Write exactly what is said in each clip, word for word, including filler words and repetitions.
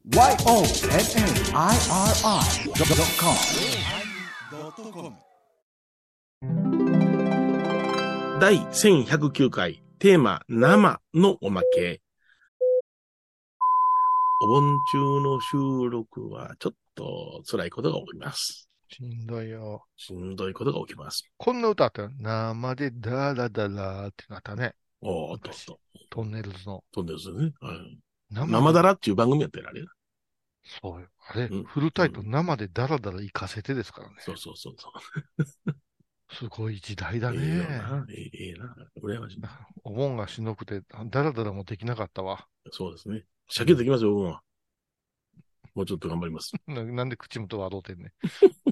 ワイオーエヌエヌアイアールアイドットコムだいせんひゃくきゅうかいテーマ生のおまけ。お盆中の収録はちょっと辛いことが起きます。 しんどいよ。 しんどいことが起きます。 こんな歌あったよ。生でダラダラってなったね。 おーっとっと。 トンネルズの。 トンネルズね。うん、 生生だらっていう番組やってるあれ。 そうよ。あれ、 うん、 フルタイトル、生でダラダラ行かせてですからね。 そうそうそうそう。 すごい時代だね。 ええよな。ええええな。羨ましいな。 お盆がしんどくて、ダラダラもできなかったわ。 そうですね。シャキッときますよ、僕は。もうちょっと頑張ります。 な、なんで口元笑うてんねん。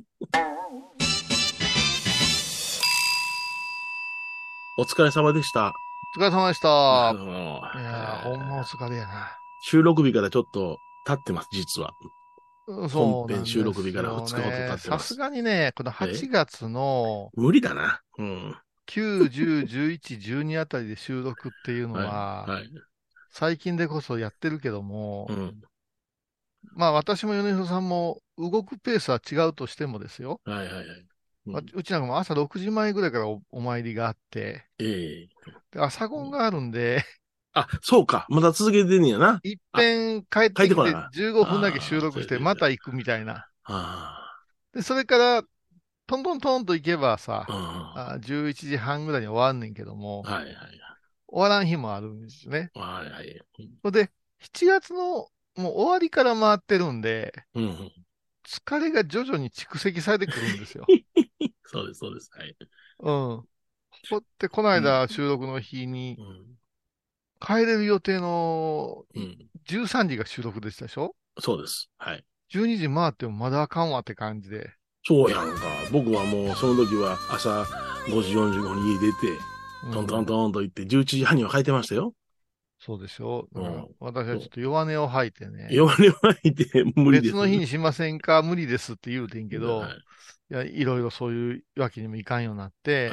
お疲れ様でした。 お疲れ様でしあた。 のいやー、ほんまお疲れやな。 収録日からちょっと経ってます、実は。 うん本そうなんで編収録日すよからふつかほど経ね。さすってます。 がにね、このえはちがつの無理だな。うん。 きゅう、じゅう、じゅういち、じゅうにあたりで収録っていうのはい。 は、 はい。 最近でこそやってるけども、 うん。 まあ私も米広さんも動くペースは違うとしてもですよ。 はいはいはい。うまあん、 うちなんかも朝ろくじまえぐらいからお、お参りがあって、 ええで朝うん、 ごんがあるんで、 あ、そうか。まだ続けてんねやな。 いっあ、 ぺん帰っ帰ってきててこなあじゅうごふんだけ収ああ、 録してそうやそうやそうや。 また行くみたいな。 あで、それからトントントンと行けばさ、 あ、 あじゅういちじはんぐらいに終わんねんけども、 うん。はいはい終わらん日もあるんですよね。 はい。はいはい。 それで、しちがつのもう終わりから回ってるんで、 うん。うん。 疲れが徐々に蓄積されてくるんですよ。 そうです、そうです。はい。 うん。ほって、このうん。 間収録の日にうん。 帰れる予定のいうん。 じゅうさんじが収録でしたでしょ？ そうです。はい。 じゅうに 時回ってもまだあかんわって感じで。 そうやんか。僕はもうその時は朝ごじよんじゅうごふんに家出て、 うトントンん。 トンと行ってじゅういちじはんには帰ってましたよ。 そうでしょ？だからうん。 私はちょっそう。 と弱音を吐いてね、 弱音はいて無理です。 別の日にしませんか無理ですって言うてんけど、 はい。 いや、いろいろそういうわけにもいかんようになって、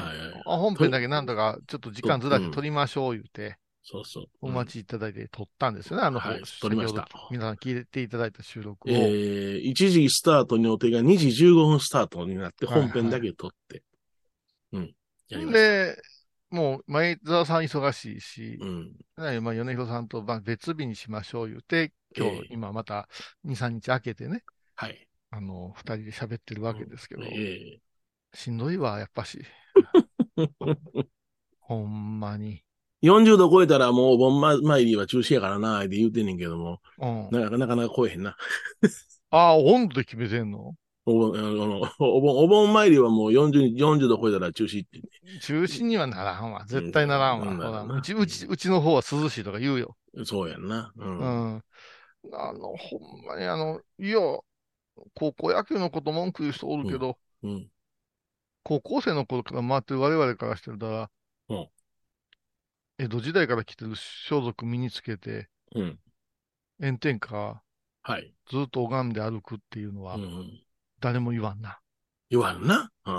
はいはい。 あ本と、 編だけなんとかちょっと時と、 間ずらして撮うん。 りましょう言うて、 そうそう。 おうん。 待ちいただいて撮ったんですよね。あの方、 はい。撮り先ほどました。 皆さん聞いていただいた収録を。 えー、いちじスタートの予定がにじじゅうごふんスタートになってはい本編だけは撮って、うん。やりい。んました。 で、もう前澤さん忙しいし、 うん。 ねまあ、米広さんとまあ別日にしましょう言うて、今日、 えー、 今またに、さんにち空けてね、 はい。 あの、二人で喋ってるわけうん。 ですけど、 えしんどいわ、やっぱし。 ー、 ほんまに。 よんじゅうど超えたらもうお盆参りは中止やからな、って言うてんねんけども、 うん。 なかなかなか来えへんな。 ああ、温度で決めてんの？ お盆、あの、お盆、お盆参りはもうよんじゅう、よんじゅうど超えたら中止って中止にはならんわ。 言うね。 絶対ならんうん、 わ。ほら、 なるな。 うち、うち、うちの方は涼しいとか言うよ。 うん、そうやんな。ううん。 ん。あの、ほんまにあの、いや、高校野球のこと文句言う人おるうん。 けど、 うん。 高校生の頃から回ってる我々からしてたら、 うん。 江戸時代から来てる装束身につけて、 うん。 炎天下はい。 ずっと拝んで歩くっていうのは、 うん。 誰も言わんな。 言わんな。うん。うん。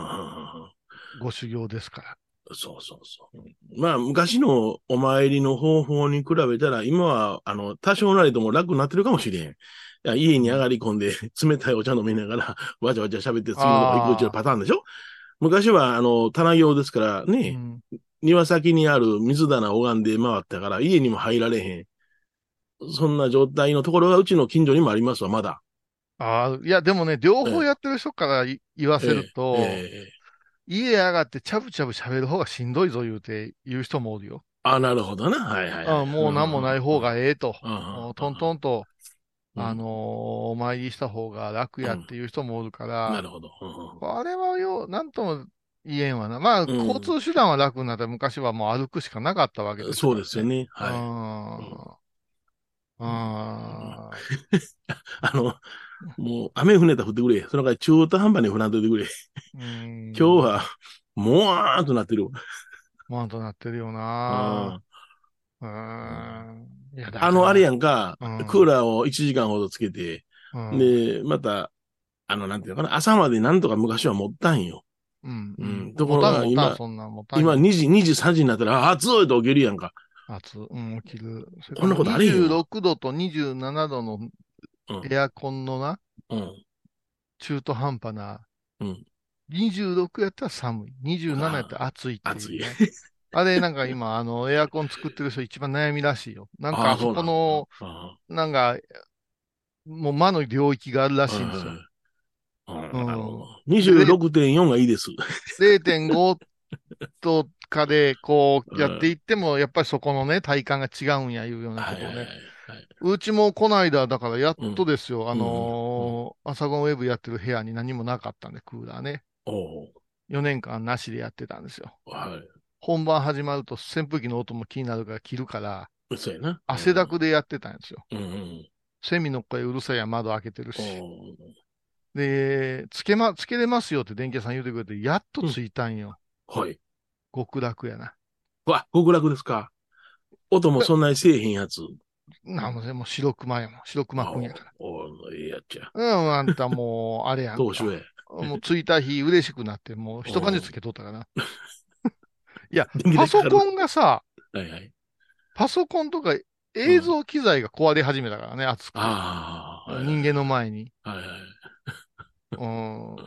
ご修行ですから。 そうそうそう。まあ、昔のお参りの方法に比べたら、今は、あの、多少なりとも楽になってるかもしれん。いや家に上うん。 がり込んで、冷たいお茶飲みながら、わちゃわちゃ喋って次のとこ行くうちのああ、 パターンでしょ？昔は、あの、棚行ですからね、 うん。 庭先にある水棚を拝んで回ったから、家にも入られへん。そんな状態のところがうちの近所にもありますわ、まだ。 ああ、いや、でもね、両方えやってる人からい言わえ、 せるええ、 と、 ええ。 家上がってちゃぶちゃぶ喋る方がしんどいぞ言うて言う人もおるよ。 あ、なるほどな。はいはいはい。 あもううん、うん、 何もない方うん、 がええと。 うん、 おトントンと、 うん、 あのーお参りした方が楽うん。 やっていう人もおるから、 なるほど。 あれはよ、なんとも言えんわな。まあ、 うん、 交通手段は楽になった昔はもう歩くしかなかったわけうん。 ですそうからね。 ですよね。 うーはい。うん、 ん。うーうん、 ん。 あの、もう雨降ねたら降ってくれ。その代わり中途半端に降らんといてくれ。 うーん。 今日は、もわーんとなってる。 もうとなってるような。 ん。 うーん。いや、だあの、あれやから、 んか、 うん。 クーラーをいちじかんほどつけて、 うん。 で、また、あの、なんていうのかな、朝までなんとか昔は持ったんよ。 うん、うん。 うん。とこもたんもたん、 ろが今、 そんなんもたん今よ。 にじ、にじ、さんじになったら、あ、暑いと起きるやんか。 夏、うん、起きる。それかこんなもうことあれへんわ。 にじゅうろくどとにじゅうななどのうん。 エアコンのな、 うん。 中途半端な、 うん。 にじゅうろくやったら寒い、にじゅうななやったら暑いって暑い。 いうね。あれ、なんか今、あの、エアコン作ってる人一番悩みらしいよ。なんかああ、 あそそうなんだ。 この、 あなんか、もう魔の領域があるらあ、はいしいんですよ。 はいはい。あうあ、なるほど。 ん。で、れにじゅうろくてんよんがいいです。 れいてんごとかで、こう、やっていうん。 っても、やっぱりそこのね、体感が違うんや、いうようなはいはいはいことをね。 はい。 うちもこの間、だからやっうん。 とですよ、あうん。うん。 のー、アサゴンウェブやってる部屋に何もなかったんで、クーラーね。 おお。 よねんかんなしでやってたんですよ。 は本番始まると扇風機の音も気になるから切るから、 い。そうやな。う汗だん。 くでやってたんですよ。 うんうん。 セミの声うるさいや窓開けてるおし。 お。 で、つけま、つけれますよって電気屋さん言うてくれて、やっとうん。 ついたんよ。 はい。 極楽やな。 わ、極楽ですか。音もそんなにせえへんやつ。 なんもね、もう白熊やもん。白熊あお、 くんやから。 おええやっちゃ。 うん、あんたもう、あれやんか。 当主へ。 もう着いた日嬉しくなって、もう一晩中つうん。 けとったかな。いや、 電気代かかる。 パソコンがさ、 はいはい。 パソコンとかうん。 映像機材が壊れ始めたからね、熱くて。 ああ、はいはい人間の前に。 はい。はいはい。 うん。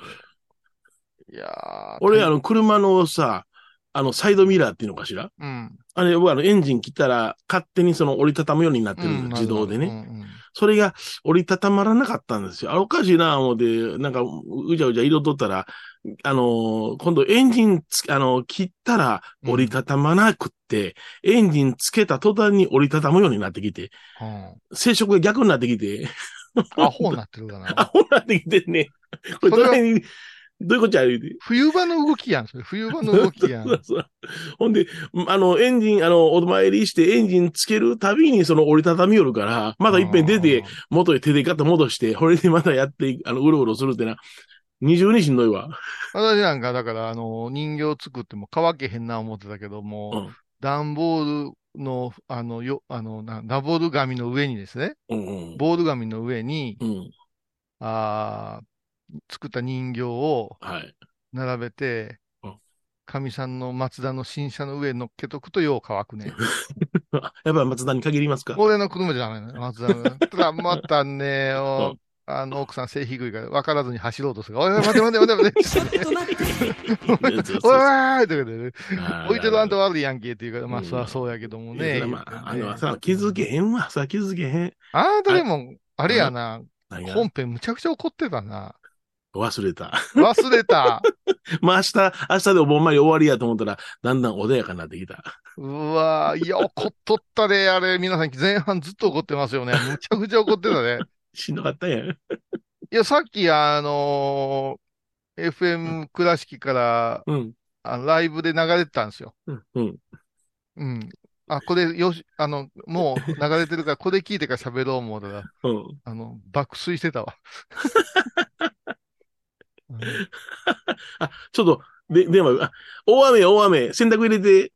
いやー、 俺、あ大、 の、車のさ、あの、サイドミラーっていうのかしら。 うん。 あれ、僕あの、エンジン切ったら、勝手にその折りたたむようになってるんですよ。 うん、なるなる。う自動でね。 ん、うん。 それが折りたたまらなかったんですよ。あれ、おかしいな、思って、なんか、うじゃうじゃ彩っとったら、あのー今度エンジンつ、あのー切ったらうん。 折りたたまなくって、エンジンつけた途端に折りたたむようになってきて、 うん。 接触が逆になってきて、 アホになってるかな。 アホになってきてね、これそれは隣に、どういうことや言うて。 冬場の動きやん。それ冬場の動きやん。 そうそう。ほんで、あの、エンジン、あの、お参りしてエンジンつけるたびにその折りたたみよるから、まだいっぺん出て、 ああ。 元へ手でガッと戻して、これでまたやって、あの、うろうろするってな、二重にしんどいわ。 私なんか、だから、あの、人形作っても乾けへんな思ってたけども、 うん。 段ボールの、あの、よ、あの、な、ダボール紙の上にですね、 うん。 ボール紙の上に、 うん。 あー作った人形をはい。 並べて、 うん。 かみさんの松田の新車の上に乗っけとくとよう乾くね。 あやっぱり松田に限りますか？ 俺の車じゃダメね、松田の。ただ、またね、おうん。 あの、奥さん背低いから分からずに走ろうとするから、おい、待て待て待て待て、ちょっとね、 そうおい、 そうそう。 おい、とかでね、 ああ、 置いてるあんただから、 悪いやんけって言うから、まあ、そりうん。 ゃそうやけどもいや、そね、言うれはまあ、あの、 てね。 さ、気づけへんわ。さ、気づけへん。 あなたあれ、 でも、あれやあ、 な、 何が本編むちゃくちゃ怒ってたな。 忘れた。 忘れた。 まあ明日、明日でお盆参り終わりやと思ったら、だんだん穏やかになってきた。 うわー、いや、怒っとったで、あれ、皆さん前半ずっと怒ってますよね。むちゃくちゃ怒ってたね。 しんどかったやん。 いや、さっき、あのー エフエム 倉敷から、 うん、 あのライブで流れてたんですよ。 うん、うん。 うん。あ、これ、よし、あの、もう流れてるから、これ聞いてから喋ろう思うたら、 うん。 あの、爆睡してたわ。うん、 あ、ちょっと、で、電話、あ、大雨、大雨、洗濯入れて、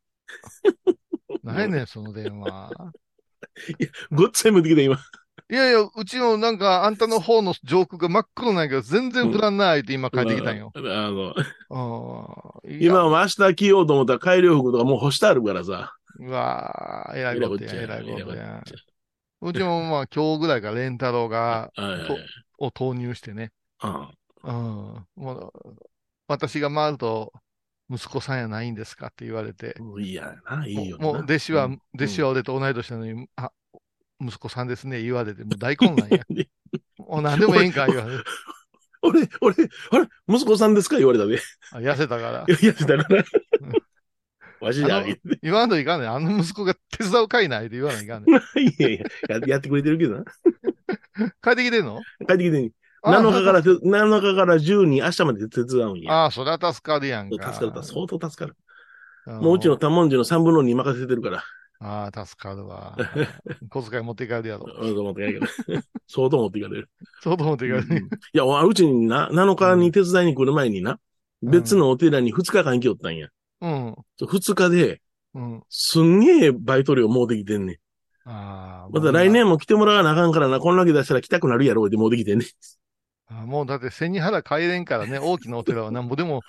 もう、 何やねん、その電話。 いや、ごっつい向いてきた、今。 いやいや、うちのなんか、あんたの方の上空が真っ黒なんやけど、全然降うん。 らんないって今帰ってきたんまよ。 あ、あの、 ああ、いや、 今は明日着ようと思ったら改良服とかもう干してあるからさ。 うわー、えらいえらいことや、 こっちゃや、 えらいえらいこっことや。 ちゃ。 うちもまあ今日ぐらいからレンタロウが、 はいはいはと、 い。 を投入してね。 あうん。もう、私が回ると、息子さんやないんですかって言われて、 あ、いいやな、いいもう、もうよな。 弟子は、 うん、うん。 弟子は俺と同い年なのに、あ、息子さんですね、言われて、もう大混乱や。 でもう何でもえ俺、 えんか、言われて。 俺、俺、あれ、息子さんですか言われたで。 あ、痩せたかいや、 ら。 いや、だから、 うん、 わしじゃあげあの、言わんといかんねん。あの息子が手伝うかいないって言わないかんねいやいや、や、やってくれてるけどな。 ん。帰ってきてんの？ 帰ってきて、 ああ、 7 それは助かる。 日からて、なのかからじゅうに、明日まで手伝うんや。 ああ、それは助かるやん助かると、 か。 相当助かる。 あもううちのの、 多文字のさんぶんのに任せてるから。 ああ、助かるわ。小遣い持っていかれるやろ。 うんと思ってないけど。相当持っていかれる。 そうと思ってうんういかれる。 ん、いや、うちにな、なのかにうん。 手伝いに来る前にな、 うん。 別のお寺にふつかかん行きよったんや。 うん。 ふつかで、 うん。 すんげえバイト料もうできてんねん。 ああ、 まもう今、 た来年も来てもらわなあかんからな、こんだけ出したら来たくなるやろうってもうできてんねん。 あ、もうだって背に腹帰れんからね、大きなお寺はなんぼでも、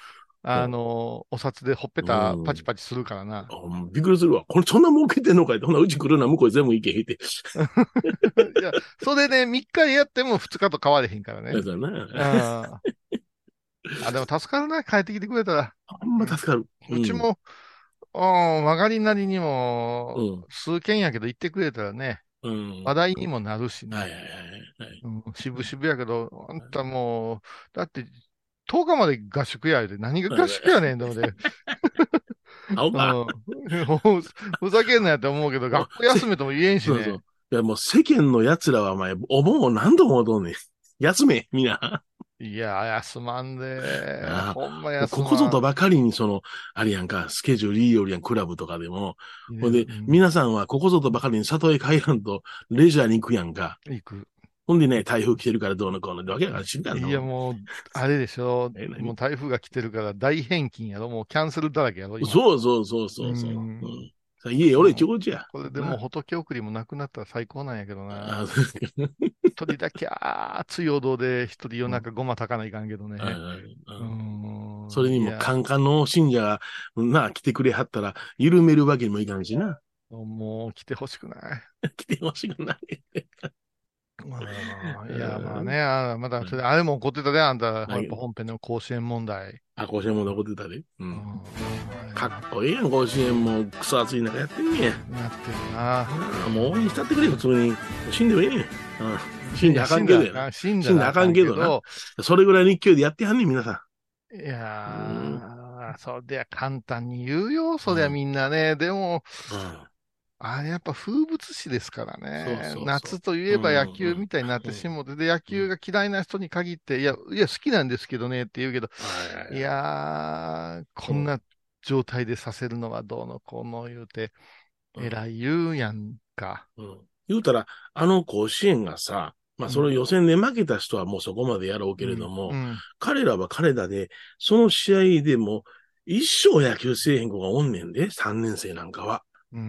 あの、お札でほっぺたうんパチパチするからな。 うんびっくりするわ。これそんな儲けてんのかいって。ほな、うち来るな、向こう全部行け、言って。 いや、それでみっかやってもふつかと変われへんからね。 だな。 うん。あ、でも助かるな、帰ってきてくれたら。 あんま助かる。うん。 うちも、うん、曲がりなりにも、 うん。 数件やけど行ってくれたらね、 うん。 話題にもなるしね。 はいはいはいはい。 うん、渋々やけど、あんたもう、だって、とおかまで合宿やで、何が合宿やねん、と思って。う青か。 ん。もうふざけんなやと思うけど、学校せ休めとも言えんしそうそう。 ね。 いや、もう世間の奴らはお前、お盆を何度も踊んねん。休め、みんな。 いや、休まんで、 あほんまあ、 休ここぞまん。 とばかりにその、あれやんか、スケジュールいいよりやん、クラブとかでも。 入れる。 ほんで、 うん。 皆さんはここぞとばかりに里へ帰らんと、レジャーに行くやんか。 行く。 ほんでね、台風来てるからどうのこうのってわけだから知るかんいや、 の。 もう、あれでしょ。 え、 もう何台風が来てるから大返金やろ。もうキャンセルだらけやろ、今。 そうそうそううそうそう。うん。 ん。さ家、俺ちもう、 ょこちや。 これでもうな。 仏送りもなくなったら最高なんやけどあ、 な。 そうですけどね。 一人だけ熱いお堂で一人夜うん中ごま炊かないかんけどね。 あうーあそれん。 にもカいや、 ンカンの信者が、な、来てくれはったら、緩めるわけにもいかんしな。 もう来てほしくない。 来てほしくない。 あーいや、まあうんね、あーまだ、それ、あれも怒ってたで、あんた、やっぱはい本編の甲子園問題。 あ、甲子園も残ってたで。ううん。 ん。 かっこいいやん、甲子園もクソ暑い中やってんねや。 なってるな。 ああもう応援したってくれ、普通に。死んでもいいねん。うん。死んであかんけどやな。 死んだ死んであからあかんんけどな。 けど、 それぐらいの勢いでやってはんねん、皆さいん。うん。 やー、そりゃ簡単に言うよ、そりゃうん。 みんなね。でも、 うん。 あれやっぱ風物詩ですからそうね。 そうそ夏という。うん。 えば野うん。 球みたいになってうん。 しもて、で、野球うんが嫌いな人に限って、いや、いや、好きなんですけどねって言うけど、 はいはいいはい。 やー、こんそな状態でさせるのはどうのこうの言うて、 う。うん。 えらい言うやんか。 うん。言うたら、あの甲子園がさ、まあ、そのうん、 予選で負けた人はもうそこまでやろうけれどうん、うも、 ん、 彼らは彼らで、その試合でも、一生野球せえへん子がおんねんで、さんねん生なんかは。 うん。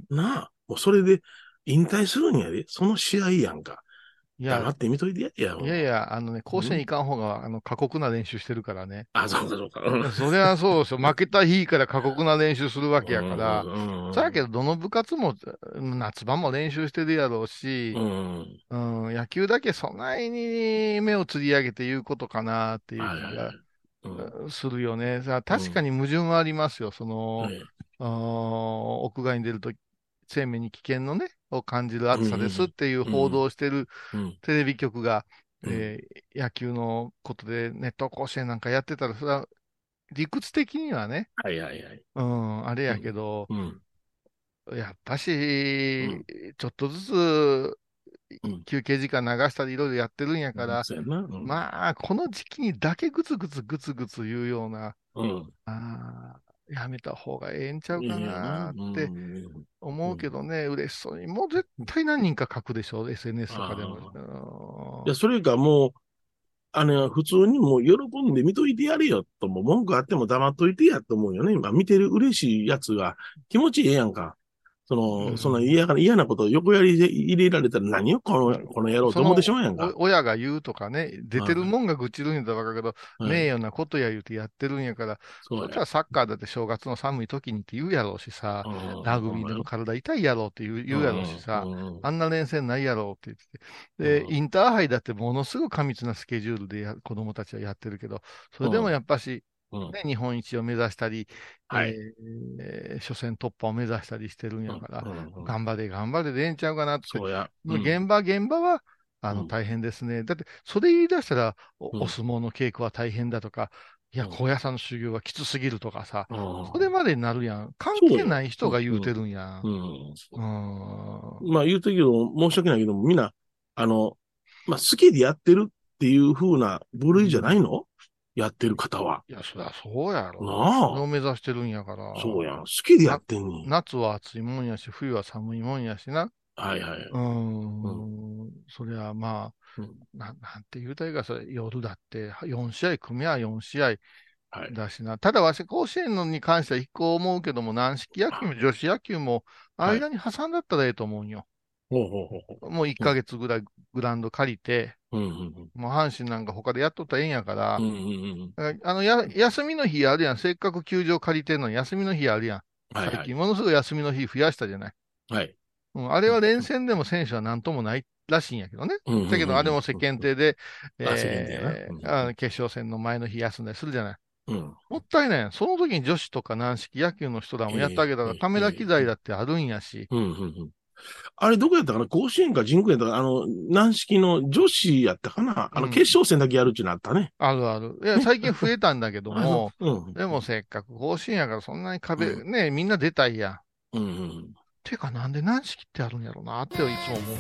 なあ、もうそれで引退するんやで、その試合やんか。 いや、 黙って見といてや、いや、もいやいや、あのね、甲う。うん。 子園行かん方が、あの、過酷な練習してるからね。 あ、そうか、そうか。うん。 そりゃそうですよ。負けた日から過酷な練習するわけうやから、 ん、うん、 そやけど、どの部活もうん夏場も練習してるやろうし、 うん。うん。 うん、野球だけそないに目をつり上げて言うことかなっていうはい、はい、はい。 気がうん。 うんするよね。さうん。 確かに矛盾はありますよ。その、 はい。 あー屋外に出ると生命に危険のね、を感じるうん、 暑さですっていううん、 報道をしてるうん、 テレビ局が、 うん。 えー野球のことでネット甲子園なんかやってたら、それは理屈的にはね、 はい、はい、はい。 うん、あれうん、 やけど、 うん、 やっぱうん、 し、ちょっとずつうん。 休憩時間流したりいろいろやってるんやから、 そうやな。うん。 まあ、この時期にだけグツグツグツグツ言うような、 うん。 あーやめた方がええんちゃうかいいよな。 なってうん。 思うけうん。 どね、嬉しそうに。もう絶対何人か書くでしょ、エスエヌエス とかでも。 ああ。いや、 うそれかもう、あの、普通にもう喜んで見といてやれよと、もう文句あっても黙っといてやと思うよね。まあ見てる嬉しいやつが気持ちええやんか。その、そのん嫌が、嫌なことを横やりで入れられたら何をこの、この野郎と思ってしそのまうやんか。 お親が言うとかね、出てるはい。 もんが愚痴るんやったらわかるけど、 はい。 名誉なことや言うてやってるんやから、 そうや。 そしたらサッカーだって正月の寒い時にって言うやろうしさ、 うん、 ラグほんまよ。 ビーでも体痛いやろうって言う、 う言うやろうしん、うさ、 ん、 あんな連戦ないやろうって言ってて。で、イうん、 ンターハイだってものすごく過密なスケジュールでや子供たちはやってるけど、それでもうん、 やっぱし、 うん。 ね、日本一を目指したり、 はい。 えー初戦突破を目指したりしてるんうん、 やから、 うん、うん。 頑張れ頑張れでええんちゃうかなって。 そうや。うん、 現場現場は、あの、 うん、 大変ですね。だって、それ言い出したら、お、おうん、 相撲の稽古は大変だとか、いや、 うん。 高野山の修行はきつすぎるとかさ、それうんまでになるやん。関そうよ。 係ない人がうん、 言うてるんやん。 うん、うん。 うーん。 まあ言うときけど、申し訳ないけども、みんな、あの、まあ好きでやってるっていう風な部類じゃなうん。 いのやってる方は。 いや、そりゃそうやなろ。それあ。 を目指してるんやから。 そうやん。好きでやな、 ってんねん。 夏は暑いもんやし、冬は寒いもんやしな。 はいはい。 うーうん。 ん。そりゃまあ、 うん。 な、なんて言うたらいいか、それ、夜だって、よん試合、組みはよん試合はい。 だしな。ただ、わし、甲子園のに関しては一個思うけども、軟式野球も女子野球も、 はい。 間に挟んだったらええと思うんよ。 ほうほうほうほもういっかげつぐらいグラウンド借りて、 う。うんうんもう阪神なんか他でやっとったらええんやから、 うん。うんうんうん。 あの、や、休みの日あるやん。せっかく球場借りてんのに休みの日あるやん。最近、 はいはい。 ものすごい休みの日増やしたじゃない。 はい。 うん、あれうんは連戦でも選手は何ともないらしいんやけどね。 うんうんだけど、あれうんも世うんうん。 間体で、 あ、世間でやな。うえー、あんの決勝戦の前の日休んだりするじゃない。 うんうん。 もったいないやん。その時に女子とか軟式野球の人らもやってあげたら、 えええためら機材えええだってあるんやし。 うんうんうん。あれどこやったかな、甲子園か神宮やったかな、あの、軟式の女子やったかな、あの、決うん。 勝戦だけやるっていうのあったね。 あるある。いや、 ね。 最近増えたんだけどあ、そも、 う。うん。 でもせっかく甲子園やからそんなに壁、 うん。 ね、みんな出たいやん。 うんうん。 てか、なんで軟式ってあるんやろうなっていつも思う。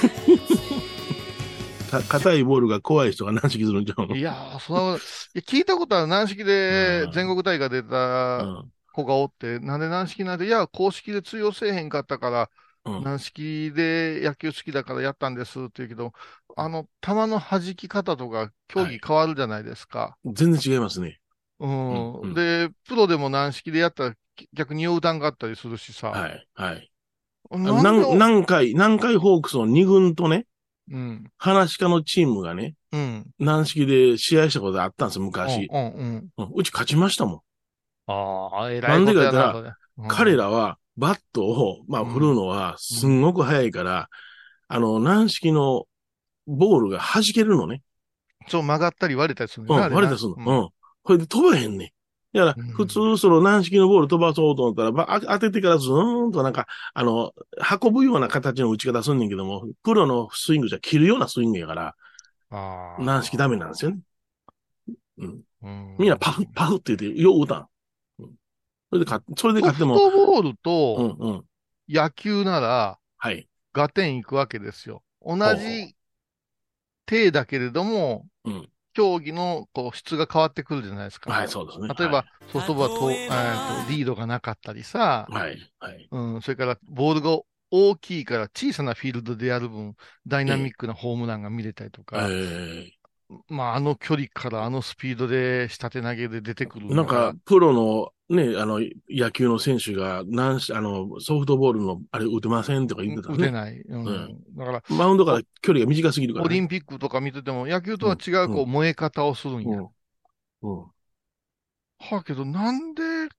か、硬いボールが怖い人が軟式するんちゃうの？ いやー、その、いや聞いたことは軟式で全国大会出たうん。 子がおって、なんで軟式なんて、いや、公式で通用せえへんかったから、 うん。 軟式で野球好きだからやったんですって言うけど、あの、球の弾き方とか競技はい。 変わるじゃないですか。 全然違いますね。うん。ううん。 ん。 で、プロでも軟式でやったら逆に予断があったりするしさ。 はい。はい。あの、 なんで、 何、何回、何回ホークスのに軍とね、 うん、 話し家のチームがね、 うん、 軟式で試合したことあったんですよ、 うん、 昔。 うん、うん。 うん。うち勝ちましたもん。 ああ、えらなんでいことやな、 か言ったら、 それ。うん、 彼らはバットを、まあ、振るうん、 のはうん。 すんごく速いから、あの、軟式のボールが弾けるのね。 そう曲がったり割れたりするんだよな、 うん、 あれな。 割れたすんの。 うん。 うん。これで飛ばへんねん。だから、普うん。 通、その軟式のボール飛ばそうと思ったら、ば、あ当ててからズーンとなんか、あの、運ぶような形の打ち方すんねんけども、プロのスイングじゃ切るようなスイングやから、軟式ダメなんですよあね。うん。 あ。うみんなパフ、 ん。 パフって言って、よう打たん。うん。それで勝っ、それでソ勝っても、 フトボールとうん、うん。 野球なら、 はい。 合点いくわけですよ。同ほうほじ体だけれども、 う。うん。 競技のこう質が変わってくるじゃないですか。 はい、そうですね。 例えば、 はい。 ソフトボールはと、えーと、リードがなかったりさ、 はい、はい。 うん、それからボールが大きいから小さなフィールドでやる分、ダイナミッえクなホームランが見れたりとえ、 か、 えまあ、あの距離からあのスピードで下手投げで出てくるえ、なんか、 んやから、 プロのね、あの、野球の選手が、なんし、あの、ソフトボールの、あれ、打てませんとか言ってたね。 打てない。ううん。 ん。だから、 マウンドからお距離が短すぎるからね。 オリンピックとか見てても、野球とはうん、 違うこううん、 燃え方をするんや。 うん、うん。 はあ、けど、なんでって、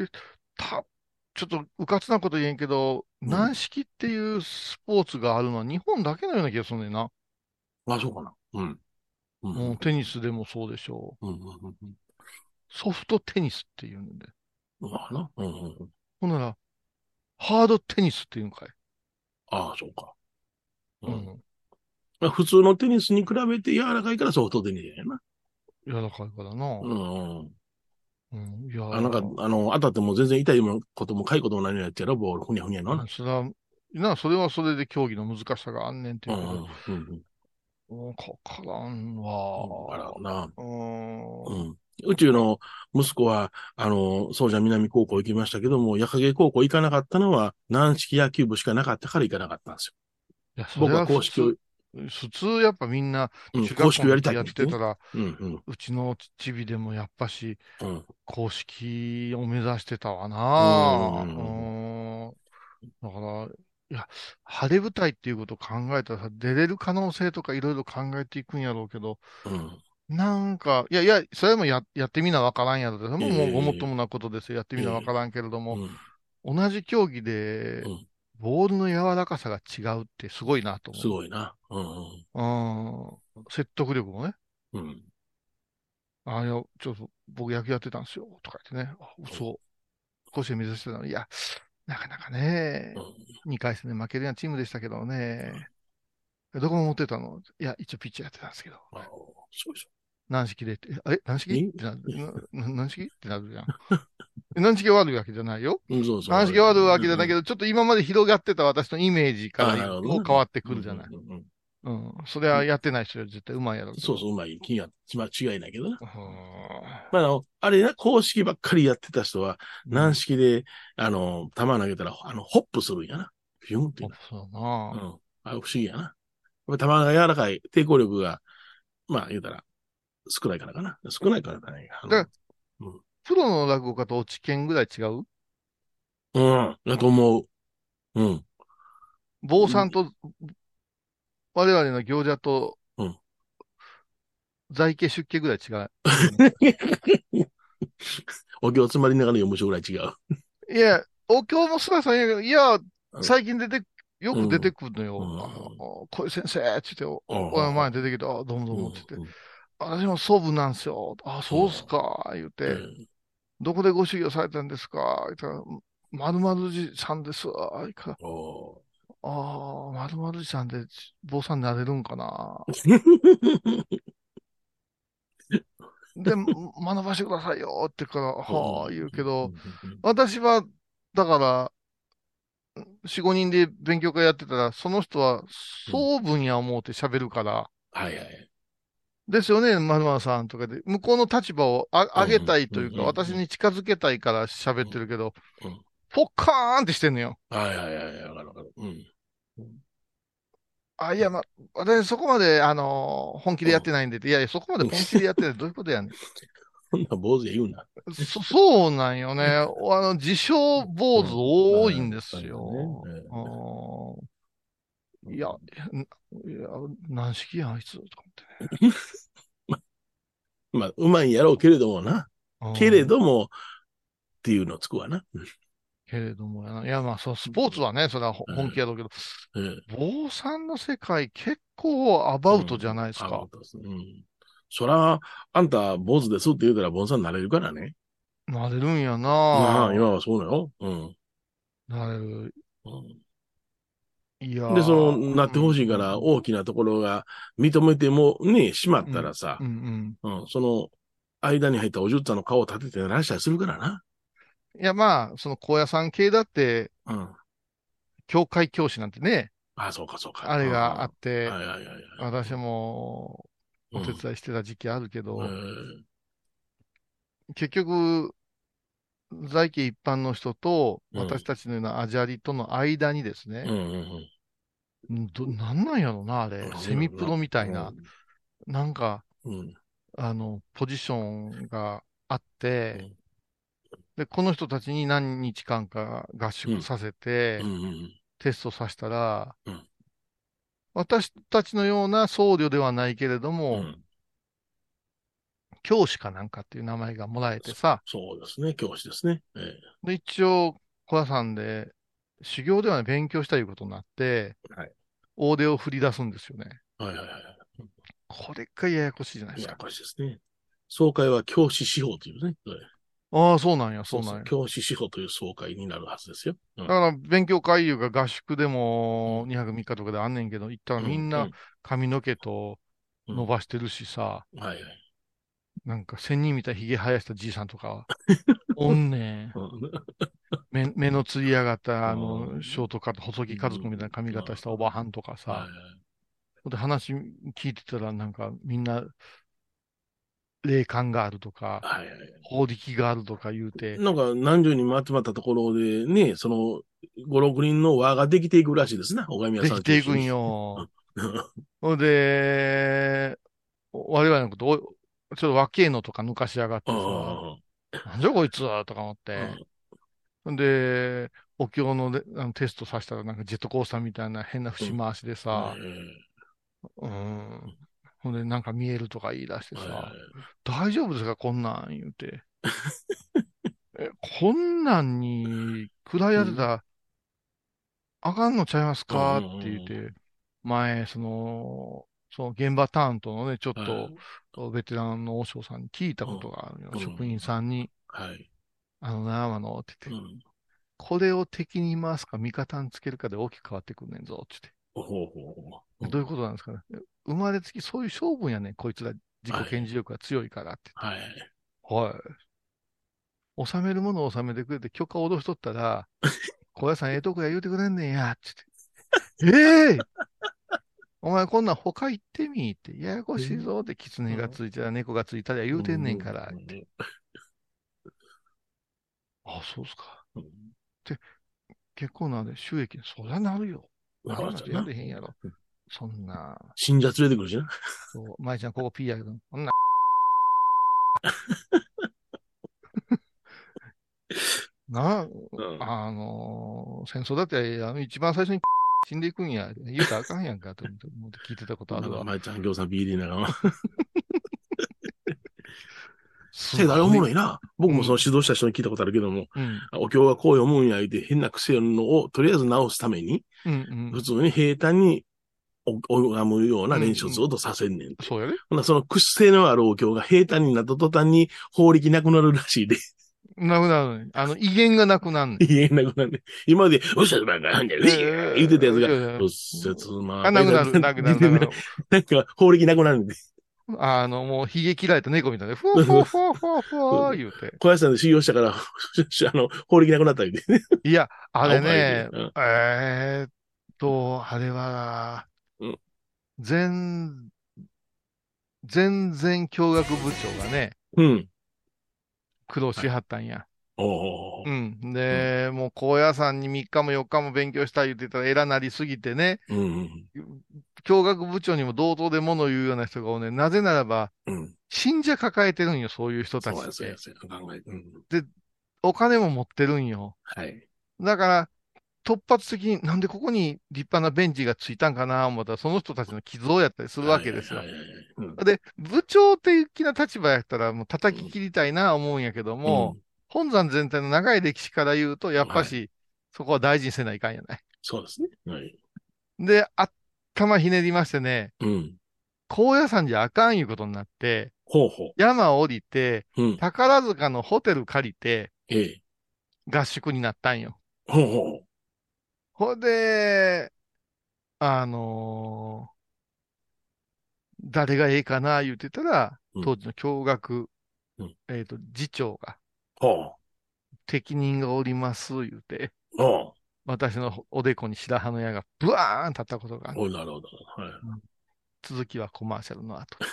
た、ちょっとうかつなこと言えんけど、 うん。 軟式っていうスポーツがあるのは日本だけのような気がするんだよな。 あ、そうかな。うん。うん、うん、 うん、テニスでもそうでしょう。 うん、うん、うん。うん。 ソフトテニスっていうんで。 まあな。うん、うん、うん。 ほんなら、ハードテニスっていうんかい。 ああ、そうか。うん。 うん。 まあ普通のテニスに比べて柔らかいからソフトテニスやな。 柔らかいからな。 うん、うん。 うん。いやあ、なんか、 ー、 あの、当たっても全然痛いこともかいこともないのやつやろ、ボール、ふにゃふにゃのな。 うん、それは、な、それはそれで競技の難しさがあんねんってうん、 いうけど、 うん、うん。 うん、かからんうん、あらわ。 な。 うーん。 うん。宇宙の息子は、あの、そうじゃ南高校行きましたけども、矢影高校行かなかったのは、軟式野球部しかなかったから行かなかったんですよ。 いや、それ僕はは普通、 公式を、 普通やっぱみんなうん、 中学公式をやりた校の時やっいって言ってね。 てたら、 うん、うん、 うちのチビでもやっぱしうん、 公式を目指してたわうな。うん、 ーん。だから、いや、晴れ舞台っていうことを考えたらさ、出れる可能性とかいろいろ考えていくんやろうけど、 うん。 なんか、いやいや、それもや、やってみなわからんやろ。それももうごもっとえもなことですよ。やってえ、えみなわかえ、 らんけれども、 うん、 同じ競技で、 うん。 ボールの柔らかさが違うってすごいなと思すごいな。うん、 う。うん。説得力もね。 うん、うん。 ああ、いや、ちょっと僕野球やってたんですよ。とか言ってね。あ、嘘。甲子園目指してたのに、いや、なかなかね、 うん。 にかい戦で負けるようなチームでしたけどね。どこも持ってたのいや、一応ピッチャーやってたんですけど。 ああ、すごいでし軟式でって、え、あれ軟式っょ。に、 てなる。な、な軟式ってなるじゃん。軟式が悪いわけじゃないよ。 うん、そうそう。 軟式が悪いわけじゃうん、うん。 ないけど、ちょっと今まで広がってた私のイメージかああ、 らなるほどね。 こう変わってうん、 くるじゃない。 うん、うん。 うん。それはやってない人は絶対うまいやろうけど。 そうそう、うまい。気が、まあ、違いないけどな。 うーまあ、あの、あれな、公式ばっかりやってた人は、軟ん。 式で、あの、球投げたら、あの、ホップするんやな。ピュンっていうあ、 な。 そうだな。 うん。あ、不思議やな。やっぱ球が柔らかい、抵抗力が、まあ、言うたら、少ないからかな。少ないからじゃないか。あの、 だから、プロの落語家と落ち研ぐらい違ううん。うん。だと思う。うん。 坊さんと、我々の行者とうん。 在家出家ぐらい違う。違うお経詰まりながら読む章ぐらい違う。 いや、お経も菅さんやけど、いや、 うん。 最近出て、ようん。 く出てくるのうよ。あの、 ん。 小井先生って言って、 あお、お前あ、 に出てきて、あ、どうもどううん。 もって言って、 うん。 私も祖父なんですよ。あ、 うん。 そうっすか、言うて、 うん。 どこでご修行されたんですか言ったら、〇〇寺さんです。言うからおー。 ああ、〇〇寺さんで坊さんになれるんかな。で、学ばしてくださいよって言うから、 うん。 はあ、言うけど、 うん。うん。 私は、だから、よん、ごにんで勉強会やってたら、その人は、 うん。 そう分野を思うて喋るから、 はいはい。 ですよね、まるまるさんとかで、向こうの立場をあ上げうん。うん。うん。 たいというか、私に近づけたいから喋ってるけど、 うん。 ポッカーンってしてんのよ。 はいはいはい。わかるわかる。うん。うん。 あ、いや、ま、私そこまで、あのー本気でやってないんで、いやいや、そこまでうん。 本気でやってない。どういうことやねん。 そんな坊主で言うな。 そ、そうなんよね。あの、自称坊主うん。 多いんではい。そすうだね。 よ。 えうーーうん。 んいや、いや、軟式やん、あいつ、とかまあ、うまいんやろうけれどもな。け思ってね。 れども、っていうのつくわな。 けれどもやな。いや、まあ、そう、スポーツはね、それはほうん。 本気やろうけど、 うん。 坊さんの世界結構アバうウトじゃないん。 ですか。 あ、そうです。うん。そら、あんた、坊主ですって言うたら、坊さんになれるからね。 なれるんやまあ、 な。 今はそうだよ。うん。 なれる。 うんいやで、その、 ー、 なってうん、 ほしいから、大きなところが認めてもね、しまっうん、 たらさ、 うん、うん。 うん、その、間に入ったおじゅっつぁんの顔を立てて鳴らしたりするからな。 いや、まあ、その高野山系だって、 うん。 教会教師なんてね、 ああ、そうか、そうか。 あうん。 れがあっはて、 いはいはいはい。 私もうん。 お手伝いしてた時期あるけえど、 ー結局、在家一般の人とうん。 私たちのようなアジャリとの間にですね、 うん。うん。 んど、なんなんやろな、あうん。 れ。 なんだろうな。 セミプロみたいな、 うん。 なんか、 うん。 あの、ポジションがあって、 うん。 で、この人たちに何日間か合うん。 宿させて、 うん。 テストさせたら、 うん。 私たちのような僧侶ではないけれども、 うん。 教師かなんかっていう名前がもらえてそさ、 そうですね。教師ですね。ええで、一応、小屋さんで、修行ではない勉強したいうことになって、 はい。 大手を振り出すんですよね。 はいはいはい。 これがややこしいじゃないですか。 ややこしいですね。総会は教師司法というね。 ああ、そうなんや、 そうそう。 そうなんや。 教師司法という総会になるはずですよ。うん。 だから、勉強会いうか合宿でうん。 もにはくみっかとかであんねんけど、行ったらうん。 みんなうん。 髪の毛とうん。 伸ばしてるしさ、 はいはい。 なんか仙人みたいに髭生やしたじいさんとか、おんねん。 うん。 目、目のつり上がったあうの、ショートカット、細木数子みたいな髪ん。 型したおばはんとかさ、 はいはい。 で話聞いてたらなんかみんな霊感があるとか、 はいはい。 法力があるとか言うて、 なんか何十人も集まったところでね、そのご、ろくにんの輪ができていくらしいですな。拝み屋でさんを中心に。 きていくんよ。ほんで、我々のことお、ちょっと若えのとか抜かしやがっうてさ、 ん。 なんじゃこいつとか思って。 うん。 ほんで、お経のであのテストさせたらなんかジェットコースターみたいな変なうん。 節回しでえさ、 えうん。ほんでなんか見えるとか言い出してはいはい。 さ、大丈夫ですかこんなん言うて。え、こんなんに食らいうん。 当てたらあかんのちゃいますうん。うかって言っん。 て、前、その、その現場担当のね、ちょっはとい。 ベテランの和尚さんに聞いたうん。 ことがあるよ。 う職員ん。 さんに、 はい。 あのな、あの、って言って、 うん。 これを敵に回すか味方につけるかで大きく変わってくんねんぞ、って言ほうほうほう。うって。どういうん。 ことなんですかね。生まれつきそういう勝負やねん、こいつら自己はい。 顕示力が強いからってはい。 言って。はい。収めるものを収めてくれて許可を脅しとったら、小屋さんええとこや言うてくれんねんや、って言って。ええお前こんなん他行ってみって、ややこうん。 しいぞって、狐がうん。 ついたら猫がついたら言うてんねんから、って。あ、そうっすか。 うん。 で、結構なんで収益、そりゃなるよ。 だあんなとやからじゃな。 れへんやろ。そんな、 信者連れてくるしな。 そう、舞ちゃんここ P やけど、そんな、な、 うん。 あのー戦争だって、あの、一番最初に死んでいくんや。言うたらあかんやんかと思って思って聞いてたことあなんか、 るわ。 前ちゃん餃子ビールながら。 すけどあれおもろい。 いな。僕もそのうん。 指導した人に聞いたことあるけども、 うん。 お経がこう読むんやいて変な癖のをとりあえず直すために、 うん。 普通に平坦に拝むよううん。うな練習ん。 とさせんねんて。 そうやね。 ほな、その癖のあるお経が平坦になった途端に法力なくなるらしいで。 なくなるのに。あの、威厳がなくなるの。 言えなくなるね。今まで、うっせつばんがなんだよ、 え言ってたやつが、 ー、 うっせつまあ、なくなる、なくなる、なくなる。 なんか、法力なくなるんで。 あの、もう、髭切られた猫みたいな、ふわふわふわふわふわ言うて。 小林さんで修行したから、あの、法力なくなった言うてね。 いや、あれ青かいね、 て。うん。 えーっと、あれは、 うん。 全、全然教学部長がね、 うん。 苦労はい。 しはったんや。 おー。 うん。 うん。 で、もう高野山にみっかもよっかも勉強した言ってたら偉なりすぎてね、 うん。 教学部長にも同等で物を言うような人がおね、なぜならば、 うん。 信者抱えてるんよ、そういう人たそうや、そうや、 ちって。 そうや。考えて。うん。 で、お金も持ってるんよ。 はい。 だから、突発的になんでここに立派なベンチがついたんかな思ったら、その人たちの寄贈やったりするはい、はい、 わけですよ。 はい。はい。うん。 で、部長的な立場やったらもう叩き切りたいな思うんやけども、 うん。 本山全体の長い歴史から言うと、やっぱはい。 し、そこは大事にせないかんやない。 そうですね。はい。 で、頭ひねりましてね、 うん。 高野山じゃあかんいうことになって、 ほうほ山降りて、 う。うん。 宝塚のホテル借りてええ。 合宿になったんよ。 ほうほほんで、あのー誰がええかな言うてたら、 う。うん。 当時の教学、 うん。 えっと、次長が、 ほ適任がおります言うて、 う。ほ私のおでこに白羽の矢がブワーン立ったことがあう。 る。 お、なるほど。はい。 うん。続きはコマーシャルの後。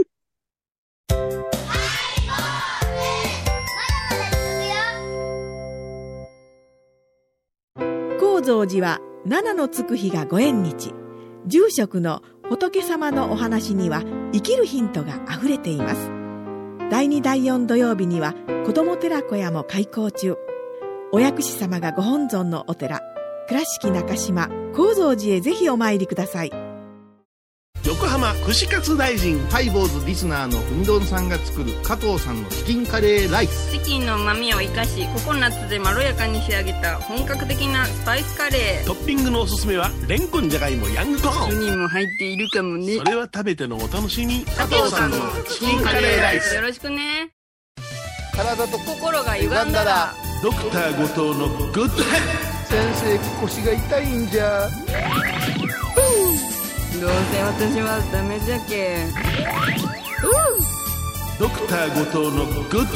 高蔵寺は七のつく日がご縁日。住職の仏様のお話には生きるヒントがあふれています。だいにだいよん土曜日には子ども寺小屋も開校中。お薬師様がご本尊のお寺、倉敷中島・高蔵寺へぜひお参りください。 横浜串カツ大臣。 ハイボーズリスナーのうみどんさんが作る加藤さんのチキンカレーライス。 チキンの旨味を生かし、ココナッツでまろやかに仕上げた本格的なスパイスカレー。 トッピングのおすすめはレンコンじゃがいもヤングコーン。 ににも入っているかもね。 それは食べてのお楽しみ。 加藤さんのチキンカレーライス。よろしくね。 体と心が歪んだらドクター後藤のグッドヘッ先生腰が痛いんじゃ。 どうせ私はダメじゃけ。 ドクター後藤のグッドヘッ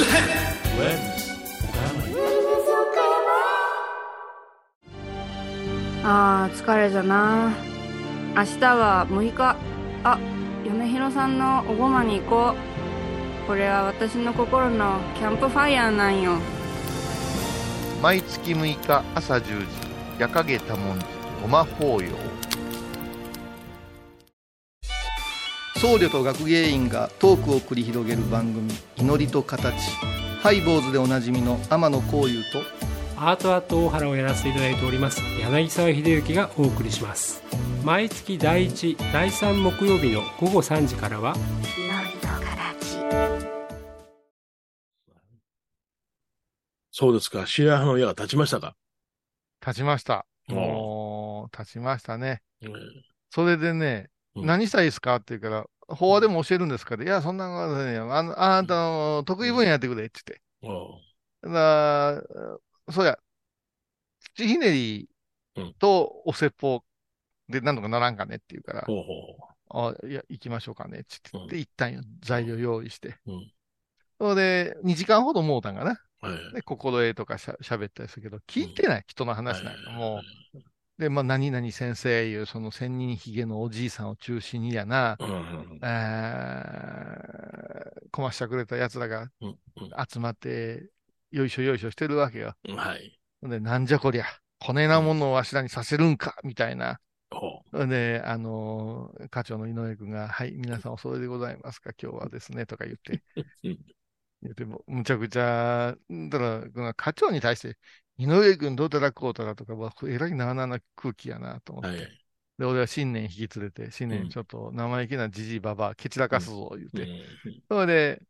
あー疲れじゃな。明日はむいか。あ、嫁ひろさんのおごまに行こう。これは私の心のキャンプファイヤーなんよ。 毎月むいか朝じゅうじ、夜影多文字ごま法要。僧侶と学芸員がトークを繰り広げる番組、祈りと形。ハイボーズでおなじみの天野幸雄と、 アートアート大原をやらせていただいております柳沢秀幸がお送りします。毎月だいいち、だいさん木曜日のごごさんじからは祈りと形。 そうですか。白羽の矢が立ちましたか。 立ちました。 おーもう、立ちましたね。 えーそれでね、 うん何したいですかって言うから、法話でも教えるんですかで、いや、そんなことね、あの、あんたの得意分野やってくれって言って。 おーだそうや、土ひねりとお説法でなんとかならんかねって言うから、 ほうほあ、いや、行きましょうかねって言って、 うん行ったんよ。材料用意して。 う。うん。 それで、にじかんほどもうたんかな。 はい。 で、心得とかしゃ喋ったりするけど、聞いてない、人の話なんかもう。で、まあ、何々先生いう、その千人ひげのおじいさんを中心にやな、 うんうんえー、こましてくれた奴らがうん集まって、よいしょよいしょしてるわけよ。 うん。はい。 で、なんじゃこりゃ、こねなものをわしらにさせるんか、みたいな。 ほで、あのー課長の井上君が、はい、皆さんお揃いでございますか、今日はですね、とか言って、 う。うん言っても、むちゃくちゃ、だから、この課長に対して、 井上君どうたらこうたらとか、わえらいなあなあな空気やなと思って。 はい。 で、俺は新年引き連れて、新うん年ちょっと生意気なじじいばばあ、蹴散らかすぞ、言ううて。 ん。 それで、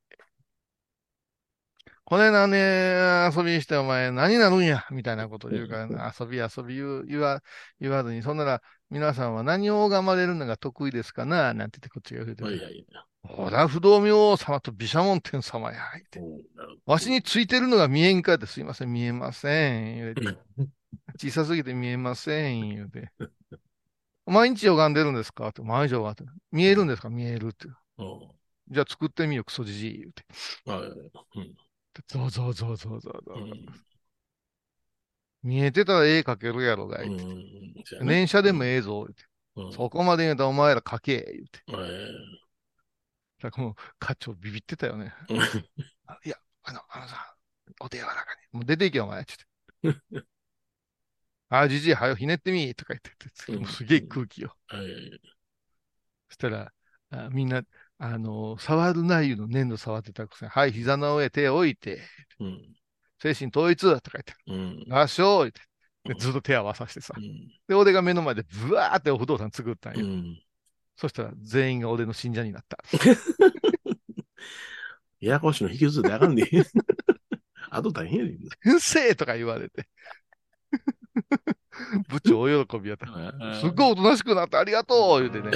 これなね、遊びにしてお前何になるんや、みたいなこと言うからな、遊び遊び言う言わ、言わずに、そんなら皆さんは何を拝まれるのが得意ですかな、なんて言ってこっちが言うてて、 はいはい。 ほら、不動明王様と毘沙門天様や、言って。 おーなるほどわしについてるのが見えんかって、すいません、見えません。言うて小さすぎて見えません。言うて。毎日拝んでるんですかって、毎日拝んでる。見えるんですか見えるって。 おじゃあ作ってみよう、クソじじい。言うて。 ーはいはい。うんそうそうそうそうそうそう。 うん見えてたら絵描けるやろが、 う言うて。 ん。そうやね連写でもええぞ、言うて。 うんそこまで言うたらお前ら描け、言うて。 えだからもう課長ビビってたよね。 ーあいや、あの、あのさ、お手柔らかに。もう出ていけよ、お前、つって。あ、じじい、はよ、ひねってみ、とか言ってて、もうすげえ空気よ。 はいはいそしたら、あみんな、あの、触るないうの粘土触ってたくせに、はい、膝の上手を置いて、 うん精神統一とか言って、 うん合唱言って、でずっと手合わさせてさう。んで、俺が目の前でブワーってお不動産作ったんよ。 うんそしたら全員が俺の信者になった。 ややこしいの引きずってあかんで。あと大変やで。 先生とか言われて。部長大喜びやった。すっごいおとなしくなってありがとう言うてね。